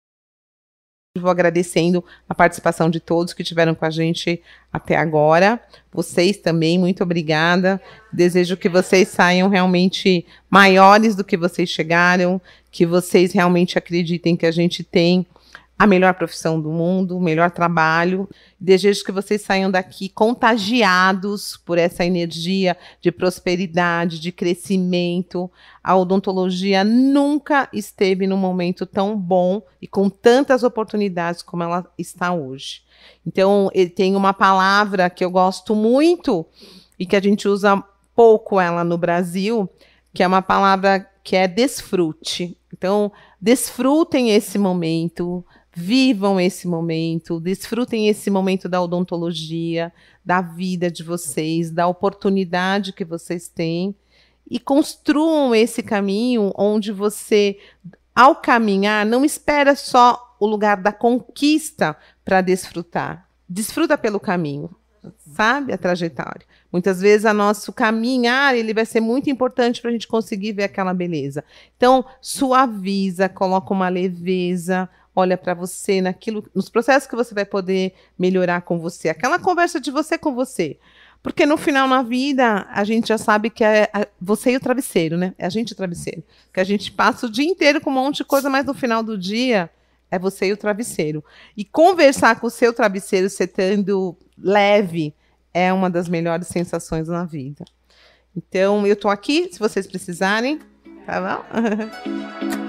Vou agradecendo a participação de todos que estiveram com a gente até agora. Vocês também, muito obrigada. Desejo que vocês saiam realmente maiores do que vocês chegaram, que vocês realmente acreditem que a gente tem a melhor profissão do mundo, o melhor trabalho. Desejo que vocês saiam daqui contagiados por essa energia de prosperidade, de crescimento. A odontologia nunca esteve num momento tão bom e com tantas oportunidades como ela está hoje. Então, tem uma palavra que eu gosto muito e que a gente usa pouco ela no Brasil, que é uma palavra que é desfrute. Então, desfrutem esse momento, vivam esse momento, desfrutem esse momento da odontologia, da vida de vocês, da oportunidade que vocês têm e construam esse caminho onde você, ao caminhar, não espera só o lugar da conquista para desfrutar. Desfruta pelo caminho, sabe? A trajetória. Muitas vezes o nosso caminhar ele vai ser muito importante para a gente conseguir ver aquela beleza. Então, suaviza, coloca uma leveza, olha para você, nos processos que você vai poder melhorar com você. Aquela conversa de você com você. Porque no final, na vida, a gente já sabe que é você e o travesseiro, né? É a gente e o travesseiro. Que a gente passa o dia inteiro com um monte de coisa, mas no final do dia é você e o travesseiro. E conversar com o seu travesseiro, você estando leve, é uma das melhores sensações na vida. Então, eu estou aqui, se vocês precisarem, tá bom?